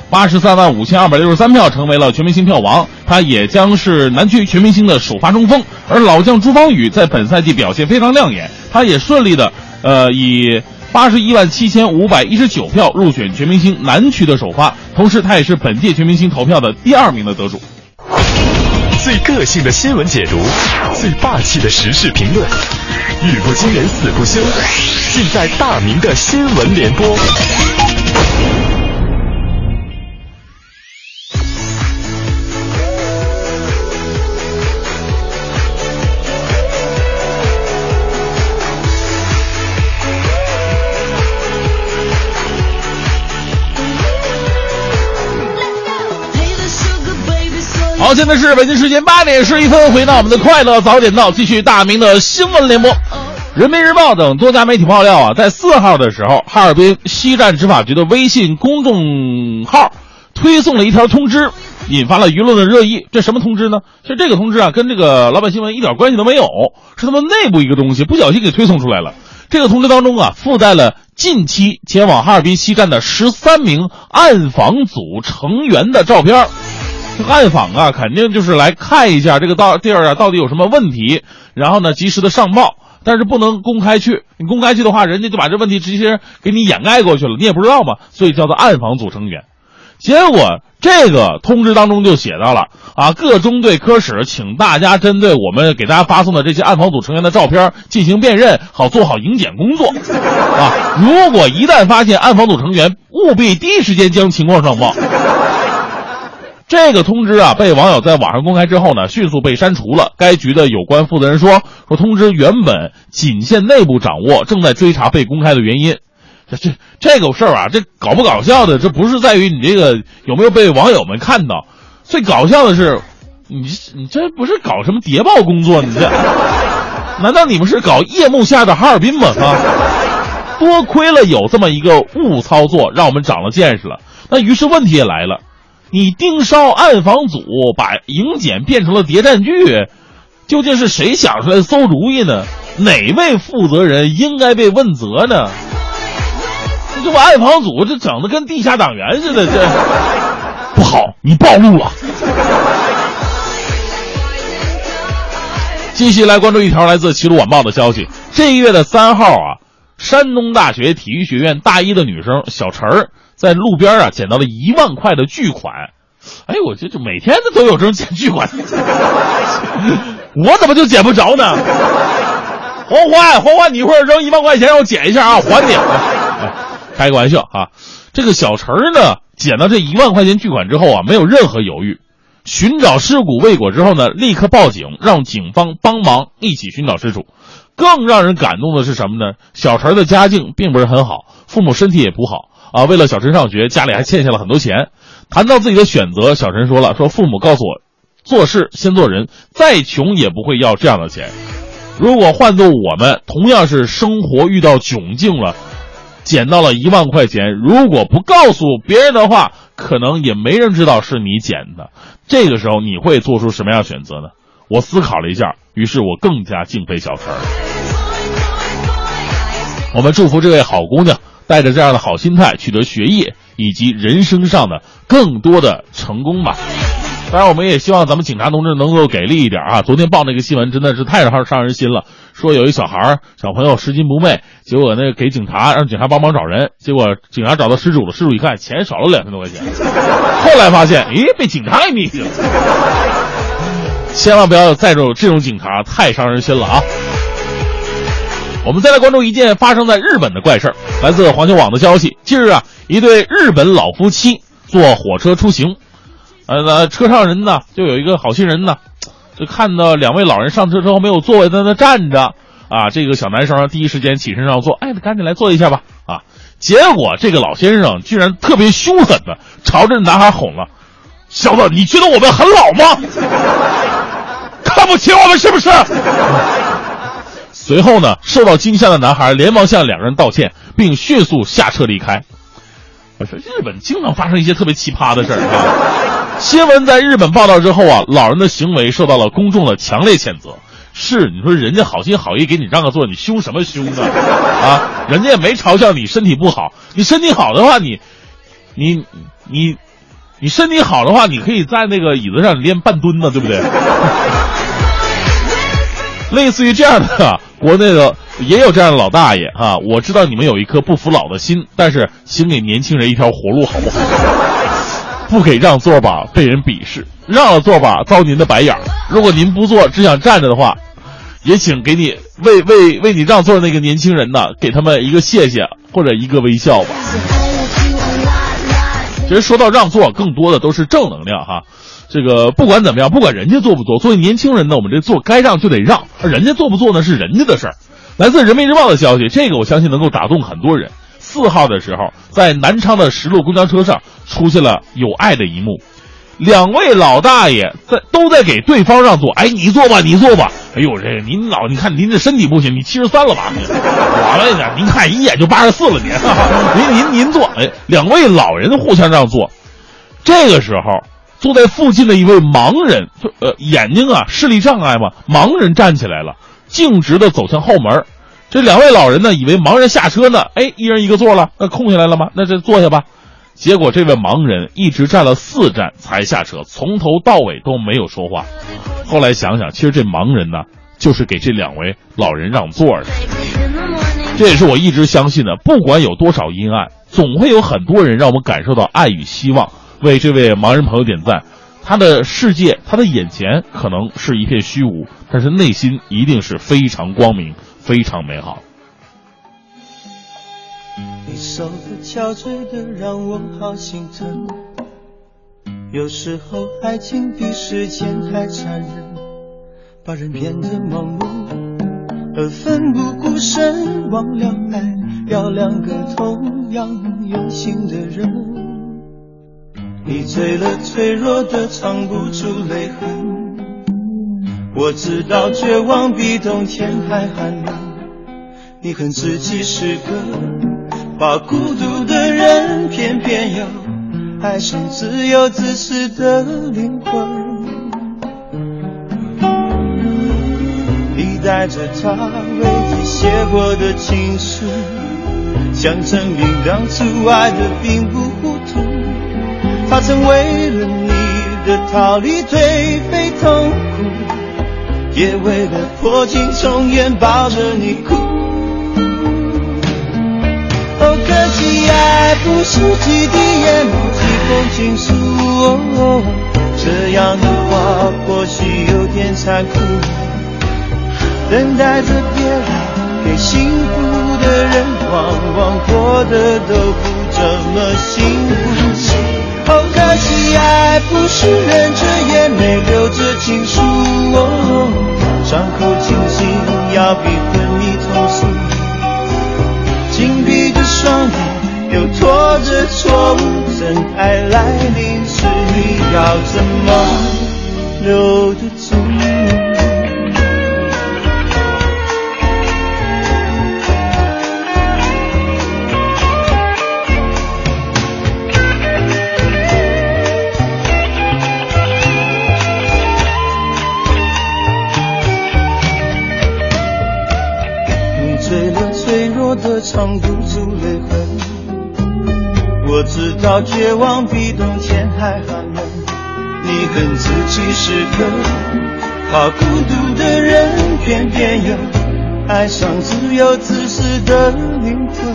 八十三万五千二百六十三票，成为了全明星票王。他也将是南区全明星的首发中锋。而老将朱芳雨在本赛季表现非常亮眼，他也顺利的呃以八十一万七千五百一十九票入选全明星南区的首发，同时他也是本届全明星投票的第二名的得主。 最个性的新闻解读，最霸气的时事评论，语不惊人死不休，尽在大明的新闻联播。 好，现在是北京时间八点十一分，回到我们的快乐早点到，继续大明的新闻联播。人民日报等多家媒体爆料啊，在四号的时候，哈尔滨西站执法局的微信公众号推送了一条通知，引发了舆论的热议。这什么通知呢？其实这个通知啊，跟这个老百姓们一点关系都没有，是他们内部一个东西，不小心给推送出来了。这个通知当中啊，附带了近期前往哈尔滨西站的十三名暗访组成员的照片。暗访啊，肯定就是来看一下这个到地儿啊到底有什么问题，然后呢及时的上报，但是不能公开去。你公开去的话，人家就把这问题直接给你掩盖过去了，你也不知道嘛，所以叫做暗访组成员。结果这个通知当中就写到了啊，各中队科室请大家针对我们给大家发送的这些暗访组成员的照片进行辨认，好做好迎检工作啊。如果一旦发现暗访组成员，务必第一时间将情况上报。这个通知啊，被网友在网上公开之后呢，迅速被删除了。该局的有关负责人说，说通知原本仅限内部掌握，正在追查被公开的原因。这这这个事儿啊，这搞不搞笑的，这不是在于你这个有没有被网友们看到，最搞笑的是，你你这不是搞什么谍报工作？你这难道你们是搞夜幕下的哈尔滨吗？啊，多亏了有这么一个误操作，让我们长了见识了。那于是问题也来了。你盯梢暗访组把迎检变成了谍战剧，究竟是谁想出来的馊主意呢？哪位负责人应该被问责呢？这把暗访组这整的跟地下党员似的，这不好，你暴露了。继续来关注一条来自齐鲁晚报的消息，这一月的三号啊，山东大学体育学院大一的女生小陈儿在路边啊捡到了一万块的巨款。哎，我这就每天都有这种捡巨款，我怎么就捡不着呢？黄欢，黄欢，你一会儿扔一万块钱让我捡一下啊，还你。哎，开个玩笑啊！这个小陈儿呢，捡到这一万块钱巨款之后啊，没有任何犹豫，寻找尸骨未果之后呢，立刻报警，让警方帮忙一起寻找失主。更让人感动的是什么呢？小陈的家境并不是很好，父母身体也不好啊。为了小陈上学，家里还欠下了很多钱。谈到自己的选择，小陈说了，说父母告诉我，做事先做人，再穷也不会要这样的钱。如果换做我们，同样是生活遇到窘境了，捡到了一万块钱，如果不告诉别人的话，可能也没人知道是你捡的。这个时候你会做出什么样的选择呢？我思考了一下，于是我更加敬佩小陈。我们祝福这位好姑娘带着这样的好心态取得学业以及人生上的更多的成功吧。当然我们也希望咱们警察同志能够给力一点啊！昨天报那个新闻真的是太让伤人心了，说有一小孩小朋友拾金不昧，结果那个给警察让警察帮忙找人，结果警察找到失主了，失主一看钱少了两千多块钱，后来发现诶被警察给迷了。千万不要再有这种警察，太伤人心了啊！我们再来关注一件发生在日本的怪事儿。来自环球网的消息，近日啊，一对日本老夫妻坐火车出行，呃，车上人呢就有一个好心人呢，就看到两位老人上车之后没有座位，在那站着啊，这个小男生第一时间起身上坐，哎，赶紧来坐一下吧啊！结果这个老先生居然特别凶狠的朝着男孩哄了：“小子，你觉得我们很老吗？看不起我们是不是？”随后呢，受到惊吓的男孩连忙向两个人道歉，并迅速下车离开。我说日本经常发生一些特别奇葩的事儿啊！新闻在日本报道之后啊，老人的行为受到了公众的强烈谴责。是，你说人家好心好意给你让个座，你凶什么凶啊？啊，人家也没嘲笑你身体不好，你身体好的话，你，你，你你身体好的话，你可以在那个椅子上练半蹲呢，对不对？类似于这样的，国内的也有这样的老大爷啊。我知道你们有一颗不服老的心，但是请给年轻人一条活路好不好？不给让座吧，被人鄙视；让了座吧，遭您的白眼。如果您不坐，只想站着的话，也请给你为为为你让座的那个年轻人呢，给他们一个谢谢或者一个微笑吧。其实说到让座，更多的都是正能量哈。这个不管怎么样，不管人家做不做，作为年轻人呢，我们这座该让就得让，而人家做不做呢是人家的事儿。来自人民日报的消息，这个我相信能够打动很多人。四号的时候，在南昌的石路公交车上出现了有爱的一幕，两位老大爷在都在给对方让座。哎，你坐吧，你坐吧。哎呦，这您老，你看您这身体不行，你七十三了吧？我了呢，您看一眼就八十四了，您您您您坐。哎，两位老人互相让座。这个时候，坐在附近的一位盲人，呃，眼睛啊视力障碍嘛，盲人站起来了，径直的走向后门。这两位老人呢，以为盲人下车呢，哎，一人一个座了，那空下来了吗？那这坐下吧。结果这位盲人一直站了四站才下车，从头到尾都没有说话。后来想想，其实这盲人呢，就是给这两位老人让座的。这也是我一直相信的，不管有多少阴暗，总会有很多人让我们感受到爱与希望。为这位盲人朋友点赞，他的世界，他的眼前可能是一片虚无，但是内心一定是非常光明，非常美好。 你手的憔悴的让我好心疼，有时候爱情比时间还残忍，把人变得盲目而奋不顾身，忘了爱要两个同样用心的人。你醉了脆弱的藏不住泪痕，我知道绝望比冬天还寒冷，你恨自己是个把孤独的人，偏偏又爱上自由自私的灵魂。你带着他为你写过的情书，想证明当初爱的并不糊涂，他曾为了你的逃离颓废痛苦，也为了破镜重圆抱着你哭。哦，可惜爱不是几滴眼泪几封情书，哦，这样的话或许有点残酷，等待着别人给幸福的人，往往过得都不这么幸福。哦，可惜爱不是忍着眼泪流着情书，哦，伤口清醒要比昏迷痛楚，紧闭的双眼又拖着错误，真爱来临时你要怎么留得住？藏不住泪痕，我知道绝望比冬天还寒冷，你恨自己是个怕孤独的人，偏偏又爱上自由自私的灵魂。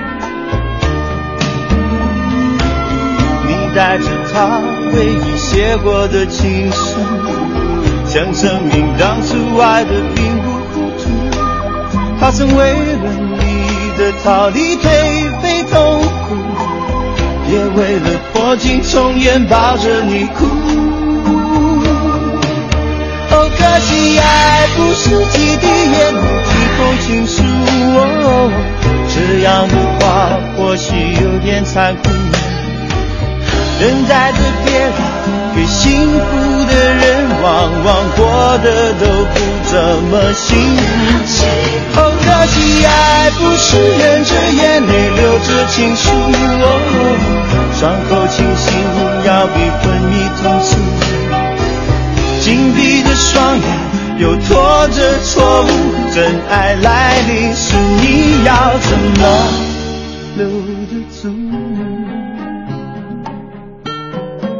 你带着他为你写过的情书，想证明当初爱的并不糊涂，他曾为了你的逃离颓废痛苦，也为了破镜重圆抱着你哭。哦，可惜爱不是几滴眼泪几封情书，哦，这样的话或许有点残酷，等待着别人给幸福的人，往往过得都不这么幸福。哦，可惜爱不是忍着眼泪流着情书，哦，伤口清醒要比昏迷痛楚，紧闭的双眼又拖着错误，真爱来临时你要怎么留得住？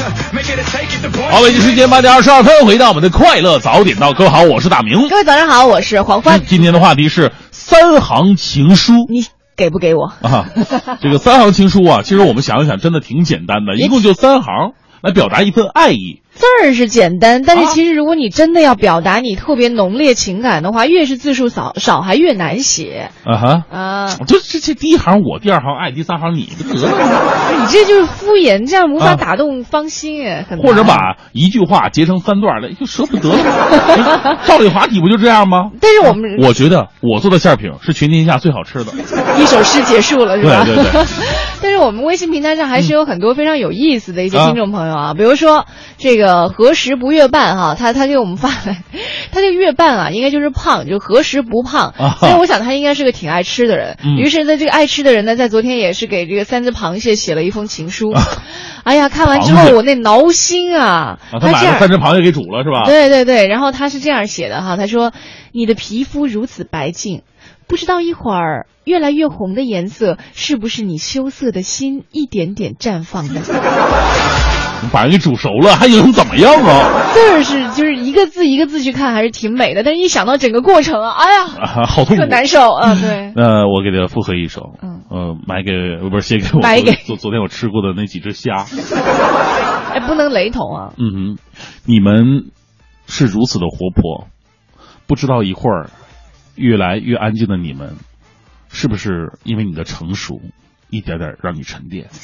好，北京时间八点二十二分，回到我们的快乐早点到。各位好，我是大明。 各位早上好，我是黄欢。 今天的话题是三行情书， 你给不给我啊？这个三行情书啊，其实我们想一想，真的挺简单的，一共就三行，来表达一份爱意。 字儿是简单，但是其实如果你真的要表达你特别浓烈情感的话，越是字数少少还越难写。 啊哈啊， 就这这第一行我，第二行爱，第三行你，不得了？ 你这就是敷衍，这样无法打动芳心哎。很难或者把一句话截成三段的，就舍不得了。赵丽华体不就这样吗？ 但是我们、 啊，我觉得我做的馅饼是全天下最好吃的。 一首诗结束了是吧？ 对对对。 但是我们微信平台上还是有很多非常有意思的一些听众朋友啊，嗯、比如说这个何时不月半哈，他他给我们发来，他这个月半啊，应该就是胖，就何时不胖。所以我想他应该是个挺爱吃的人。 嗯、 于是呢，这个爱吃的人呢，在昨天也是给这个三只螃蟹写了一封情书。啊、哎呀，看完之后我那挠心啊！ 啊他把三只螃蟹给煮了是吧？ 对对对，然后他是这样写的哈，他说：“你的皮肤如此白净。”不知道一会儿越来越红的颜色，是不是你羞涩的心一点点绽放的？ 把人给煮熟了，还能怎么样啊？ 字儿是就是一个字一个字去看，还是挺美的。但是一想到整个过程啊，哎呀， 啊、好痛苦， 特难受啊！对。 那、呃、我给他附和一首，嗯呃，买给不是写给我， 买给昨昨天我吃过的那几只虾。 哎，不能雷同啊。 嗯哼，你们是如此的活泼，不知道一会儿。越来越安静的你们，是不是因为你的成熟，一点点让你沉淀？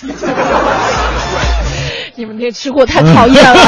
你们这吃货太讨厌了。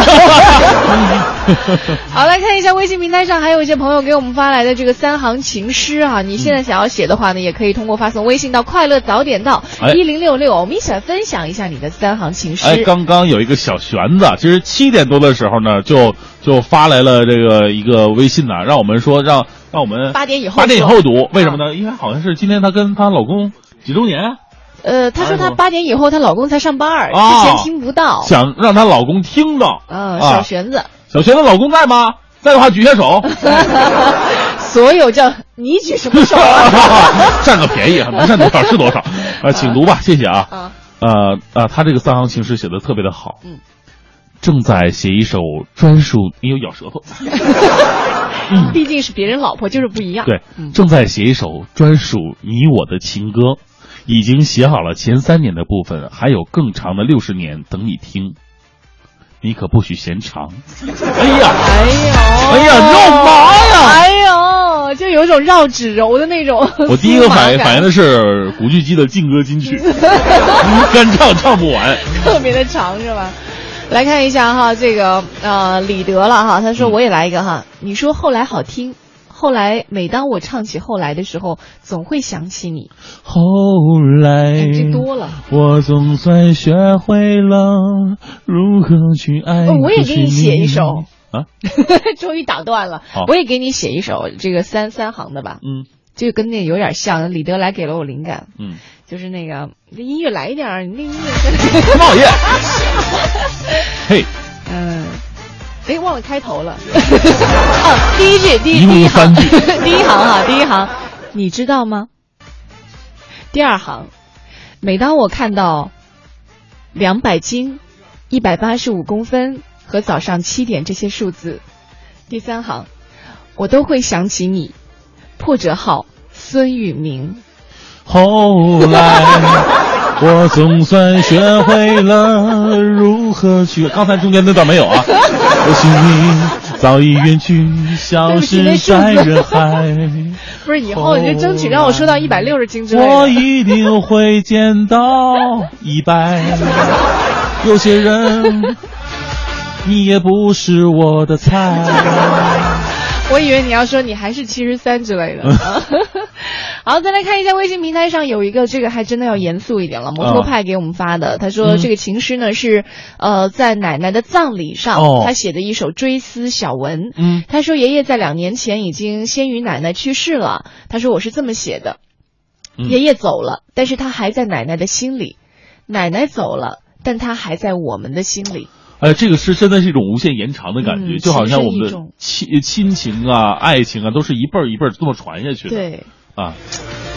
好，来看一下微信平台上还有一些朋友给我们发来的这个三行情诗啊，你现在想要写的话呢，也可以通过发送微信到快乐早点到一零六六，我们一起来分享一下你的三行情诗。 哎，刚刚有一个小玄子，其实七点多的时候呢，就就发来了这个一个微信呢，让我们说让让我们八点以后八点以后读，为什么呢？因为好像是今天她跟她老公几周年。 呃，她说她八点以后她老公才上班， 哦、 之前听不到， 想让她老公听到。 嗯、呃，小玄子，啊、 小玄子老公在吗？在的话举下手。 所有叫你举什么手啊？ 占个便宜，能占多少是多少。呃，请读吧，谢谢啊。啊呃呃，他这个三行情诗写的特别的好。嗯。正在写一首专属，你有咬舌头。 嗯，毕竟是别人老婆，就是不一样。 对，嗯、正在写一首专属你我的情歌，已经写好了前三年的部分，还有更长的六十年等你听。你可不许嫌长。哎呀， 哎呦， 哎呀，肉麻呀！ 哎呦，就有一种绕指柔的那种。 我第一个反应反应的是古巨基的劲歌金曲，干唱唱不完， 特别的长是吧？来看一下哈，这个呃李德了哈，他说我也来一个哈，嗯、你说后来好听，后来每当我唱起后来的时候，总会想起你。 后来， 哎、这多了， 我总算学会了如何去爱。 哦、我也给你写一首啊， 终于打断了，我也给你写一首这个三三行的吧， 嗯， 这个跟那有点像。李德来给了我灵感， 嗯。 就是那个，你这音乐来一点儿，你那音乐冒烟。嘿， 嗯，哎，忘了开头了。啊，第一句，第一第一行，第一行哈，第一行，你知道吗？第二行，每当我看到两百斤、一百八十五公分和早上七点这些数字，第三行，我都会想起你，破折号孙宇明。 后来，我总算学会了如何去。刚才中间那段没有啊。我心里早已远去，消失在人海。 不是，以后你就争取让我说到一百六十斤之类的。 我一定会见到一百。有些人，你也不是我的菜。 我以为你要说你还是七十三之类的。好，再来看一下微信平台上有一个，这个还真的要严肃一点了。摩托派给我们发的，他说这个情诗呢是呃在奶奶的葬礼上， 哦、 他写的一首追思小文。 嗯， 他说爷爷在两年前已经先于奶奶去世了。他说我是这么写的： 嗯、 爷爷走了，但是他还在奶奶的心里；奶奶走了，但他还在我们的心里。 哎，这个诗真的是一种无限延长的感觉， 嗯、 就好像我们的亲亲情啊、爱情啊，都是一辈儿一辈儿这么传下去的。 对。 啊，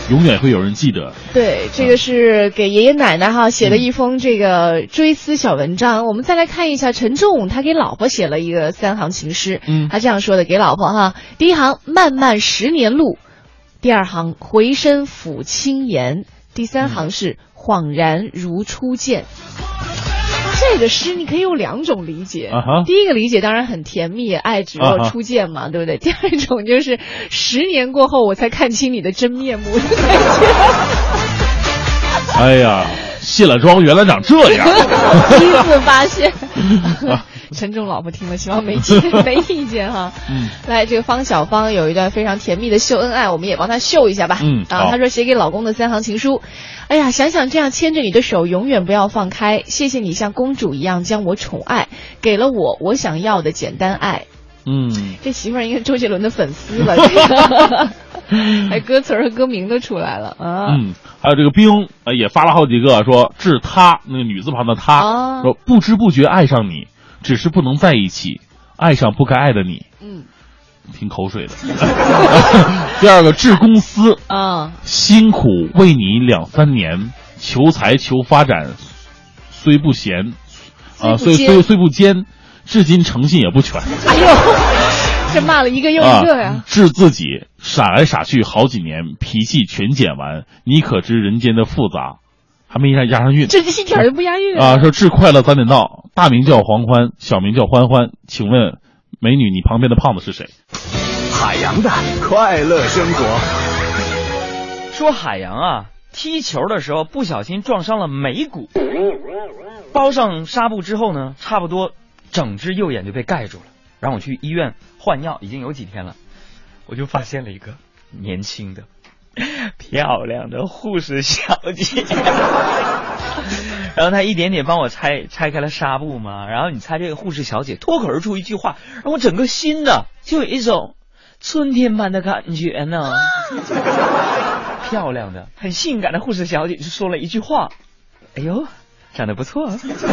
永远会有人记得。 对，这个是给爷爷奶奶哈写的一封这个追思小文章。嗯、我们再来看一下陈仲，他给老婆写了一个三行情诗。嗯，他这样说的：给老婆哈，第一行漫漫十年路，第二行回身抚轻言，第三行是恍然如初见。这个诗你可以有两种理解， uh-huh. 第一个理解当然很甜蜜，爱只若初见嘛， uh-huh. 对不对？第二种就是十年过后我才看清你的真面目的感觉。 哎呀，卸了妆原来长这样， 第一次发现。陈仲老婆听了希望没没意见哈。嗯，来，这个方小芳有一段非常甜蜜的秀恩爱，我们也帮她秀一下吧。嗯，啊，她说写给老公的三行情书。哎呀，想想这样牵着你的手永远不要放开，谢谢你像公主一样将我宠爱，给了我我想要的简单爱。嗯，这媳妇儿应该是周杰伦的粉丝了，这个还歌词和歌名都出来了啊。嗯， 还有这个冰也发了好几个，说致他那个女字旁的他，啊、说不知不觉爱上你，只是不能在一起，爱上不该爱的你。嗯，挺口水的。第二个致公司啊，辛苦为你两三年，求财求发展，虽不闲，啊，虽虽虽不坚。至今诚信也不全。 哎呦，这骂了一个又一个呀！ 啊、治自己傻来傻去好几年，脾气全减完，你可知人间的复杂？还没押上韵， 这一点都不押韵啊！说致快乐早点到，大名叫黄欢，小名叫欢欢，请问美女，你旁边的胖子是谁？ 海洋的快乐生活。 说海洋啊，踢球的时候不小心撞伤了眉骨，包上纱布之后呢，差不多。整只右眼就被盖住了，让我去医院换药，已经有几天了，我就发现了一个年轻的、漂亮的护士小姐，然后她一点点帮我拆拆开了纱布嘛，然后你猜这个护士小姐脱口而出一句话，让我整个心的就有一种春天般的感觉呢。漂亮的、很性感的护士小姐就说了一句话：“哎呦，长得不错。”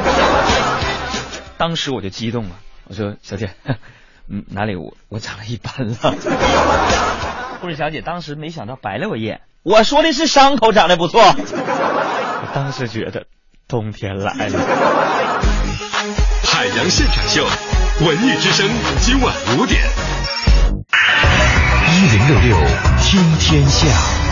当时我就激动了，我说：“小姐，嗯，哪里我我长得一般了？”护士小姐当时没想到白了我一眼，我说的是伤口长得不错。我当时觉得冬天来了。 海洋现场秀，文艺之声，今晚五点，一零六六听天下。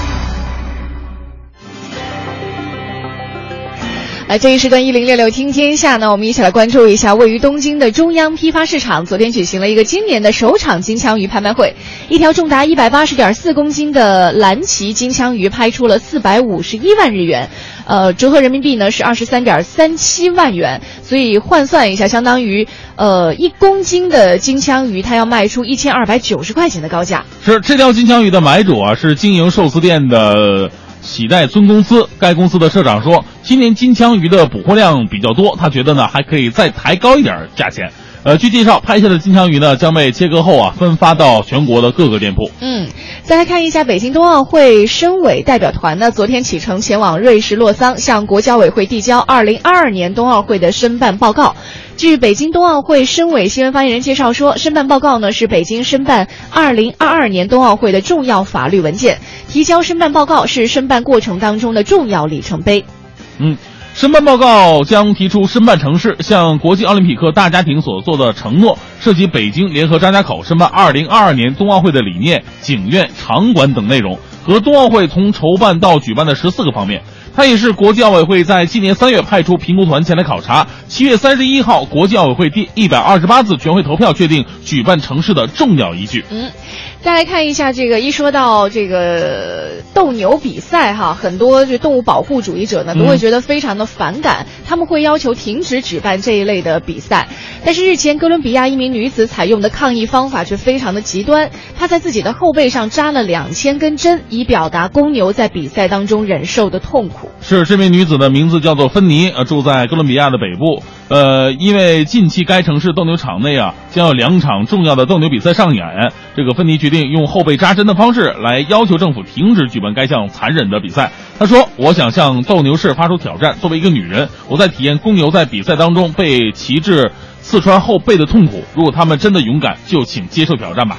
来，这一时段一零六六听天下呢，我们一起来关注一下位于东京的中央批发市场，昨天举行了一个今年的首场金枪鱼拍卖会。一条重达一百八十点四公斤的蓝鳍金枪鱼拍出了四百五十一万日元，呃，折合人民币呢是二十三点三七万元，所以换算一下，相当于呃一公斤的金枪鱼，它要卖出一千二百九十块钱的高价。 是这条金枪鱼的买主啊，是经营寿司店的喜代尊公司。该公司的社长说，今年金枪鱼的捕获量比较多，他觉得呢还可以再抬高一点价钱。呃，据介绍，拍下的金枪鱼呢将被切割后啊分发到全国的各个店铺。 嗯，再来看一下北京冬奥会申委代表团呢，昨天启程前往瑞士洛桑，向国教委会递交二零二二年冬奥会的申办报告。据北京冬奥会申委新闻发言人介绍说，申办报告呢是北京申办二零二二年冬奥会的重要法律文件，提交申办报告是申办过程当中的重要里程碑。 嗯。申办报告将提出申办城市向国际奥林匹克大家庭所做的承诺，涉及北京联合张家口申办二零二二年冬奥会的理念、景院、场馆等内容和冬奥会从筹办到举办的十四个方面。它也是国际奥委会在今年三月派出评估团前来考察，七月三十一号国际奥委会第一百二十八次全会投票确定举办城市的重要依据。 嗯。再来看一下这个，一说到这个斗牛比赛哈，很多这动物保护主义者呢都会觉得非常的反感，嗯、他们会要求停止举办这一类的比赛。但是日前哥伦比亚一名女子采用的抗议方法却非常的极端，她在自己的后背上扎了两千根针，以表达公牛在比赛当中忍受的痛苦。 是这名女子的名字叫做芬妮，呃，住在哥伦比亚的北部。呃，因为近期该城市斗牛场内啊将有两场重要的斗牛比赛上演，这个芬妮决定用后背扎针的方式来要求政府停止举办该项残忍的比赛。她说，我想向斗牛士发出挑战，作为一个女人，我在体验公牛在比赛当中被旗帜刺穿后背的痛苦，如果他们真的勇敢，就请接受挑战吧。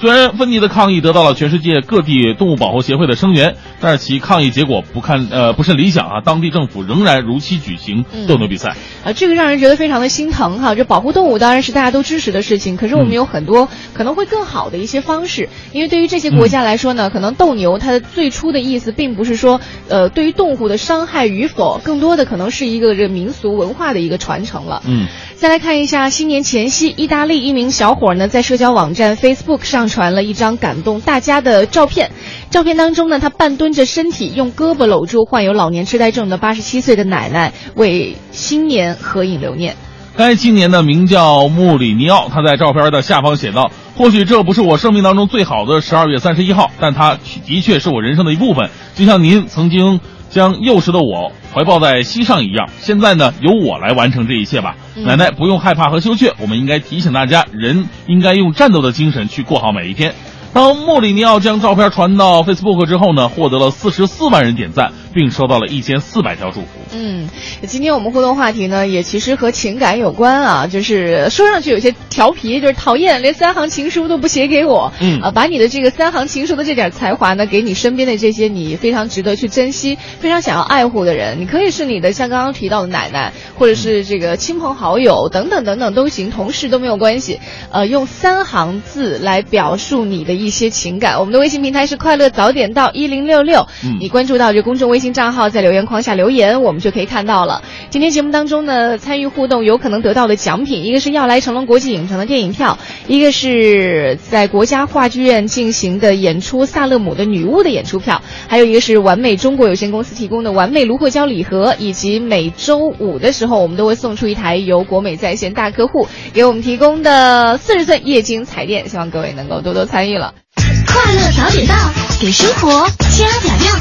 虽然芬妮的抗议得到了全世界各地动物保护协会的声援，但是其抗议结果不看呃不甚理想啊，当地政府仍然如期举行斗牛比赛。 啊，这个让人觉得非常的心疼哈。这保护动物当然是大家都支持的事情，可是我们有很多可能会更好的一些方式，因为对于这些国家来说呢，可能斗牛它的最初的意思并不是说呃对于动物的伤害与否，更多的可能是一个这个民俗文化的一个传承了。 嗯， 再来看一下新年前夕，意大利一名小伙呢在社交网站 Facebook 上传了一张感动大家的照片。照片当中呢，他半蹲着身体，用胳膊搂住患有老年痴呆症的八十七岁的奶奶，为新年合影留念。 该青年呢名叫穆里尼奥，他在照片的下方写道：或许这不是我生命当中最好的十二月三十一号，但它的确是我人生的一部分，就像您曾经将幼时的我怀抱在膝上一样。现在呢，由我来完成这一切吧。 嗯、 奶奶不用害怕和羞怯，我们应该提醒大家，人应该用战斗的精神去过好每一天。当穆里尼奥将照片传到 Facebook 之后呢，获得了四十四万人点赞，并收到了一千四百条祝福。 嗯，今天我们互动话题呢，也其实和情感有关啊，就是说上去有些调皮，就是讨厌，连三行情书都不写给我。 嗯， 啊，把你的这个三行情书的这点才华呢，给你身边的这些你非常值得去珍惜、非常想要爱护的人。你可以是你的像刚刚提到的奶奶，或者是这个亲朋好友等等等等都行，同事都没有关系。呃，用三行字来表述你的一些情感。我们的微信平台是快乐早点到一零六六， 嗯， 你关注到这公众微信账号，在留言框下留言，我们就可以看到了。今天节目当中呢，参与互动有可能得到的奖品，一个是要来成龙国际影城的电影票，一个是在国家话剧院进行的演出《萨勒姆的女巫》的演出票，还有一个是完美中国有限公司提供的完美芦荟胶礼盒，以及每周五的时候我们都会送出一台由国美在线大客户给我们提供的四十寸液晶彩电，希望各位能够多多参与了。 快乐早点到，给生活加点料。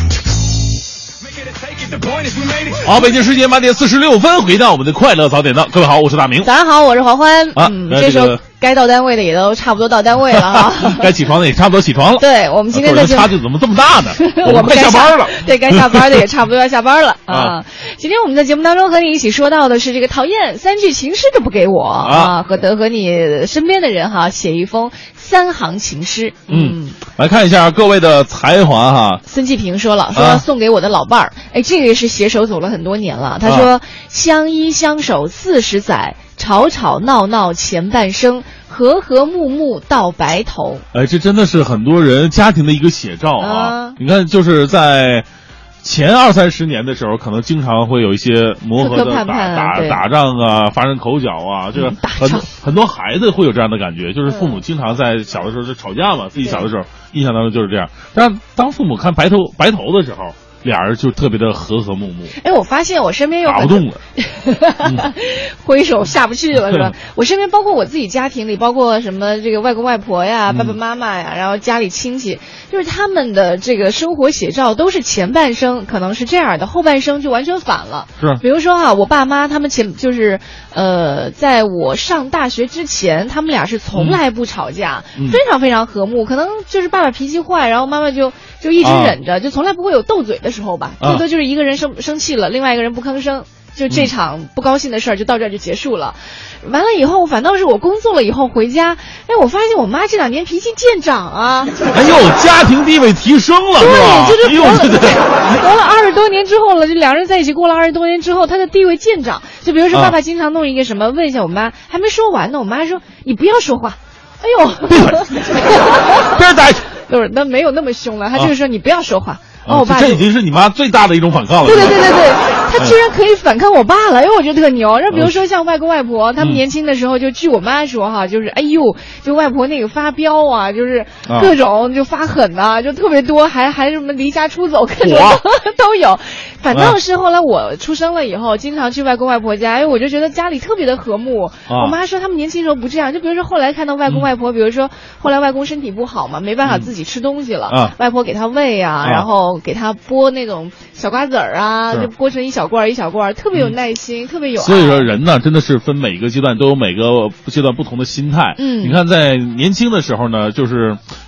好，北京时间八点四十六分，回到我们的快乐早点到。各位好，我是大明。 早上好，我是黄欢。 啊， 嗯， 这这时候该到单位的也都差不多到单位了啊。 该起床的也差不多起床了。 对，我们今天的差距怎么这么大呢？ 我们快下班了。 对，该下班的也差不多要下班了啊。 啊今天我们在节目当中和你一起说到的是这个讨厌三句情诗都不给我啊，啊和得和你身边的人哈写一封三行情诗。 嗯，嗯来看一下各位的才华哈。 孙继平说了，说要送给我的老伴儿。啊、哎，这个是携手走了很多年了。他说：“啊、相依相守四十载，吵吵闹闹前半生。”和和睦睦到白头。 哎，这真的是很多人家庭的一个写照啊！啊你看，就是在前二三十年的时候，可能经常会有一些磨合的打打打仗啊，发生口角啊，这个很多很多孩子会有这样的感觉，就是父母经常在小的时候就吵架嘛，自己小的时候印象当中就是这样。但当父母看白头白头的时候，俩人就特别的和和睦睦。 哎，我发现我身边有打不动了， 嗯、挥手下不去了是吧？我身边包括我自己家庭里，包括什么这个外公外婆呀、爸爸妈妈呀，然后家里亲戚，就是他们的这个生活写照都是前半生可能是这样的，后半生就完全反了。 是， 比如说啊，我爸妈他们前就是呃，在我上大学之前，他们俩是从来不吵架， 嗯、 非常非常和睦。可能就是爸爸脾气坏，然后妈妈就就一直忍着，啊、就从来不会有斗嘴的时候吧，最多就是一个人生生气了，另外一个人不吭声，就这场不高兴的事儿就到这儿就结束了。完了以后，反倒是我工作了以后回家，哎，我发现我妈这两年脾气渐长啊。 哎呦，家庭地位提升了， 对，就是活了， 对对对，活了二十多年之后了，就两人在一起过了二十多年之后，他的地位渐长。就比如说，爸爸经常弄一个什么，问一下我妈，还没说完呢，我妈说你不要说话。哎呦， 别打， 就是那没有那么凶了，他就是说你不要说话。 哦，我爸这已经是你妈最大的一种反抗了。 对对对对对，他居然可以反抗我爸了，因为我觉得特牛。然后比如说像外公外婆，他们年轻的时候，就据我妈说哈，就是哎呦，就外婆那个发飙啊，就是各种就发狠呐、啊，就特别多，还还什么离家出走，各种都有。反倒是后来我出生了以后，经常去外公外婆家，因为我就觉得家里特别的和睦。 啊、 我妈说他们年轻时候不这样，就比如说后来看到外公外婆，嗯、比如说后来外公身体不好嘛，没办法自己吃东西了， 嗯啊、 外婆给他喂啊，然后给他剥那种小瓜子儿啊，就剥成一小罐一小罐，特别有耐心，嗯、特别有爱。 所以说人呢，真的是分每个阶段都有每个阶段不同的心态。 嗯， 你看在年轻的时候呢，就是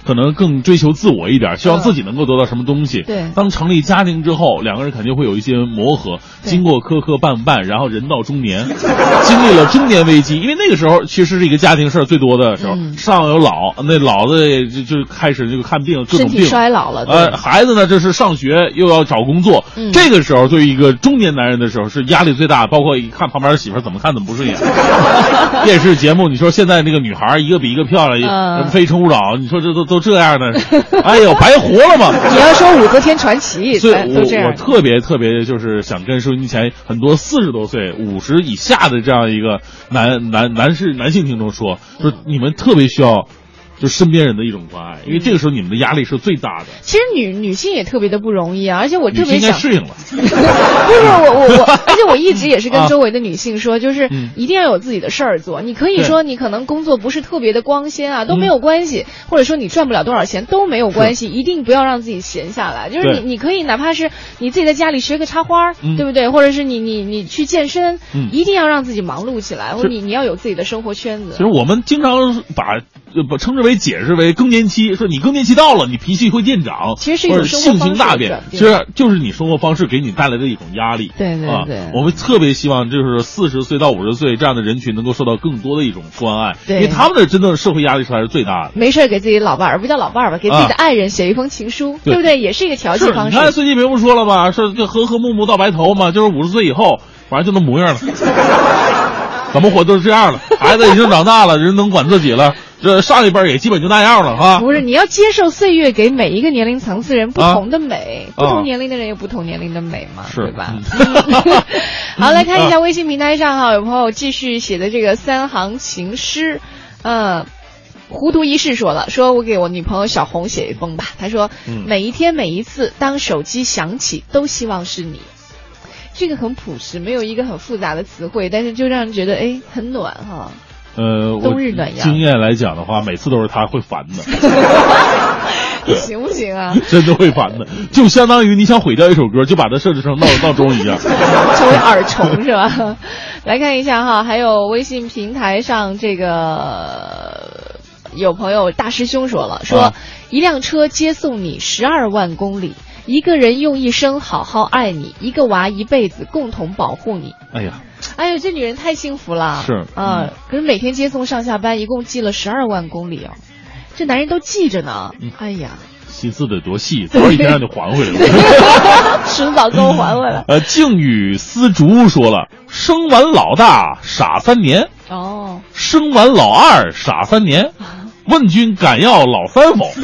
可能更追求自我一点，希望自己能够得到什么东西。 对， 当成立家庭之后，两个人肯定会有一些磨合，经过磕磕绊绊，然后人到中年，经历了中年危机，因为那个时候其实是一个家庭事儿最多的时候，嗯、上有老，那老的就就开始这个看病，各种病， 身体衰老了。 呃，孩子呢，这是上学又要找工作，嗯、这个时候对于一个中年男人的时候是压力最大，包括一看旁边的媳妇儿怎么看怎么不顺眼。电视节目，你说现在那个女孩一个比一个漂亮，嗯、非诚勿扰，你说这都都这样的，哎呦，白活了嘛！ 你要说武则天传奇， 所以我我特别特别就是想跟收音机前很多四十多岁、五十以下的这样一个男男男士男性听众说，说你们特别需要。就身边人的一种关爱，因为这个时候你们的压力是最大的。 其实女女性也特别的不容易啊，而且我特别想应该适应了。 不是我我我，而且我一直也是跟周围的女性说，就是一定要有自己的事儿做。你可以说你可能工作不是特别的光鲜啊，都没有关系，或者说你赚不了多少钱都没有关系，一定不要让自己闲下来。就是你你可以哪怕是你自己在家里学个插花，对不对？或者是你你你去健身，一定要让自己忙碌起来，或者你你要有自己的生活圈子。 其实我们经常把把称之为解释为更年期，说你更年期到了，你脾气会渐长， 其实是一种性情大变，其实就是你生活方式给你带来的一种压力。 对对对、啊， 我们特别希望就是四十岁到五十岁这样的人群能够受到更多的一种关爱，因为他们的真正社会压力才是最大的。 没事给自己老伴儿，不叫老伴儿吧，给自己的爱人写一封情书，啊、对不对？也是一个调剂方式。 你看最近没不说了吗？说这和和睦睦到白头嘛，就是五十岁以后，反正就那模样了。怎么活都是这样了，孩子已经长大了，人能管自己了。这上一辈也基本就那样了哈。 不是，你要接受岁月给每一个年龄层次人不同的美，啊、不同年龄的人有不同年龄的美嘛， 是对吧？好，来看一下微信平台上哈，有朋友继续写的这个三行情诗，嗯。糊涂一世说了，说我给我女朋友小红写一封吧。他说，嗯、每一天每一次，当手机响起，都希望是你。这个很朴实，没有一个很复杂的词汇，但是就让人觉得哎很暖哈。 呃， 冬日暖阳。 经验来讲的话，每次都是他会烦的。 行不行啊？ 真的会烦的，就相当于你想毁掉一首歌，就把它设置成闹闹钟一样， 成为耳虫是吧？来看一下哈，还有微信平台上这个有朋友大师兄说了，说、啊、一辆车接送你十二万公里。一个人用一生好好爱你，一个娃一辈子共同保护你。 哎呀， 哎呦，这女人太幸福了。 是啊、嗯，可是每天接送上下班，一共记了十二万公里哦，这男人都记着呢。嗯、哎呀， 心思得多细，多少一天让你还回来了。 迟早给我还回来。 呃，靖宇丝竹说了，生完老大傻三年。 哦， 生完老二傻三年。问君敢要老三否？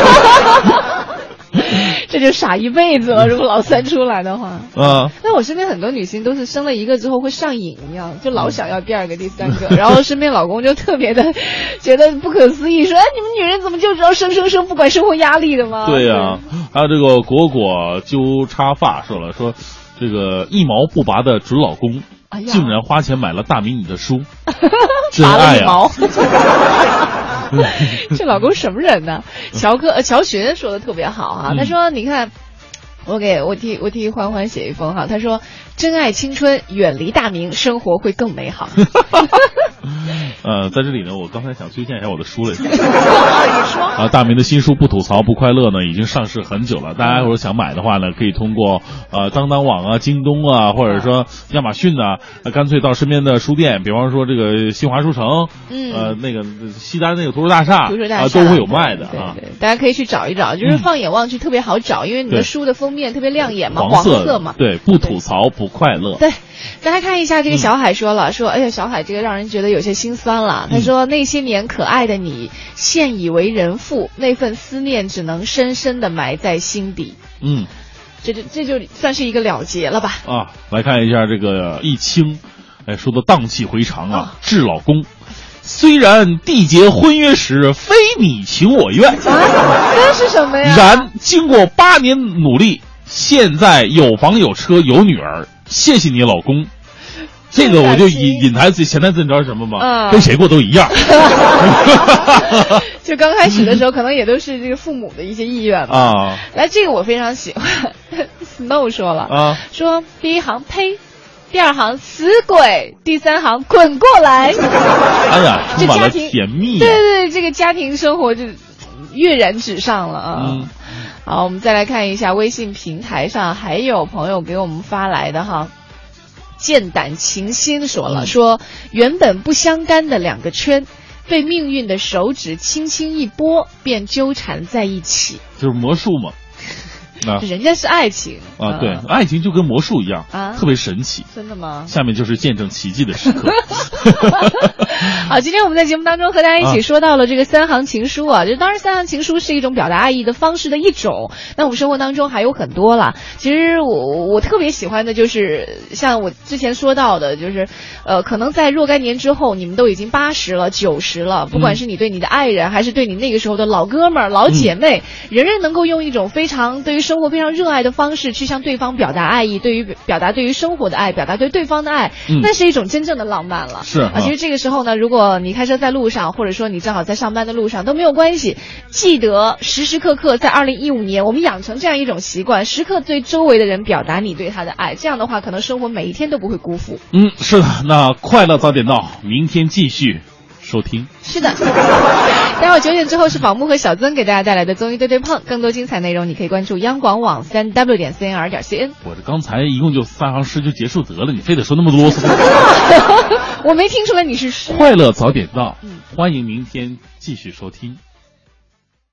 这就傻一辈子了，如果老三出来的话。 啊， 那我身边很多女性都是生了一个之后会上瘾一样，就老想要第二个、第三个，然后身边老公就特别的觉得不可思议，说：“哎，你们女人怎么就知道生生生不管生活压力的吗？” 对呀、啊，还有这个果果揪插发说了，说这个一毛不拔的准老公，哎、竟然花钱买了大迷你的书，真爱啊！ 这老公什么人呢？乔哥呃，乔寻说的特别好啊，他说：“你看，我给我替我替欢欢写一封哈，他说珍爱青春，远离大明，生活会更美好。” 呃，在这里呢，我刚才想推荐一下我的书来着。 你说啊，大明的新书《不吐槽不快乐》呢，已经上市很久了。大家如果想买的话呢，可以通过呃当当网啊、京东啊，或者说亚马逊啊，呃、干脆到身边的书店，比方说这个新华书城， 嗯， 呃，那个西单那个图书大厦， 图书大厦、 呃、都会有卖的啊。 对对，大家可以去找一找，就是放眼望去特别好找，因为你的书的封面特别亮眼嘛， 黄色, 黄色嘛。 对，不吐槽不快乐。 对。再来看一下这个小海说了，嗯、说哎呀，小海这个让人觉得有些心酸了。他说、嗯、那些年可爱的你，现已为人父，那份思念只能深深的埋在心底。 嗯， 这就这就算是一个了结了吧？ 啊，来看一下这个易清，哎，说的荡气回肠啊，致、哦、老公。虽然缔结婚约时非你情我愿，啊， 这是什么呀？ 然经过八年努力，现在有房有车有女儿。谢谢你老公，这个我就引引台词潜台词，你知道是什么吗？嗯，跟谁过都一样。 就刚开始的时候，可能也都是这个父母的一些意愿吧。 啊， 来，这个我非常喜欢。Snow 说了啊，说第一行呸，第二行死鬼，第三行滚过来。 哎呀，充满了甜蜜、啊。 对对对，这个家庭生活就。 跃然纸上了啊。 嗯， 好，我们再来看一下微信平台上还有朋友给我们发来的哈。剑胆情心说了，说原本不相干的两个圈，被命运的手指轻轻一拨，便纠缠在一起。 就是魔术嘛。啊， 人家是爱情啊，对，爱情就跟魔术一样啊，特别神奇。 真的吗？ 下面就是见证奇迹的时刻。 好，今天我们在节目当中和大家一起说到了这个三行情书啊，就当然三行情书是一种表达爱意的方式的一种，那我们生活当中还有很多啦。其实我我特别喜欢的就是像我之前说到的，就是呃，可能在若干年之后，你们都已经八十了、九十了，不管是你对你的爱人，还是对你那个时候的老哥们儿、老姐妹，嗯、人人能够用一种非常对于生活非常热爱的方式去向对方表达爱意，对于表达对于生活的爱，表达对对方的爱，嗯、那是一种真正的浪漫了。 是啊， 其实这个时候呢，如果你开车在路上，或者说你正好在上班的路上都没有关系，记得时时刻刻在二零一五年，我们养成这样一种习惯，时刻对周围的人表达你对他的爱，这样的话，可能生活每一天都不会辜负。 嗯，是的，那快乐早点到，明天继续收听。 是的，待会儿九点之后是宝木和小曾给大家带来的综艺对对碰，更多精彩内容你可以关注央广网三 w 点 c n r 点 c n。 我这刚才一共就三行诗就结束得了，你非得说那么啰嗦。 我没听出来你是诗。 快乐早点到，嗯，欢迎明天继续收听。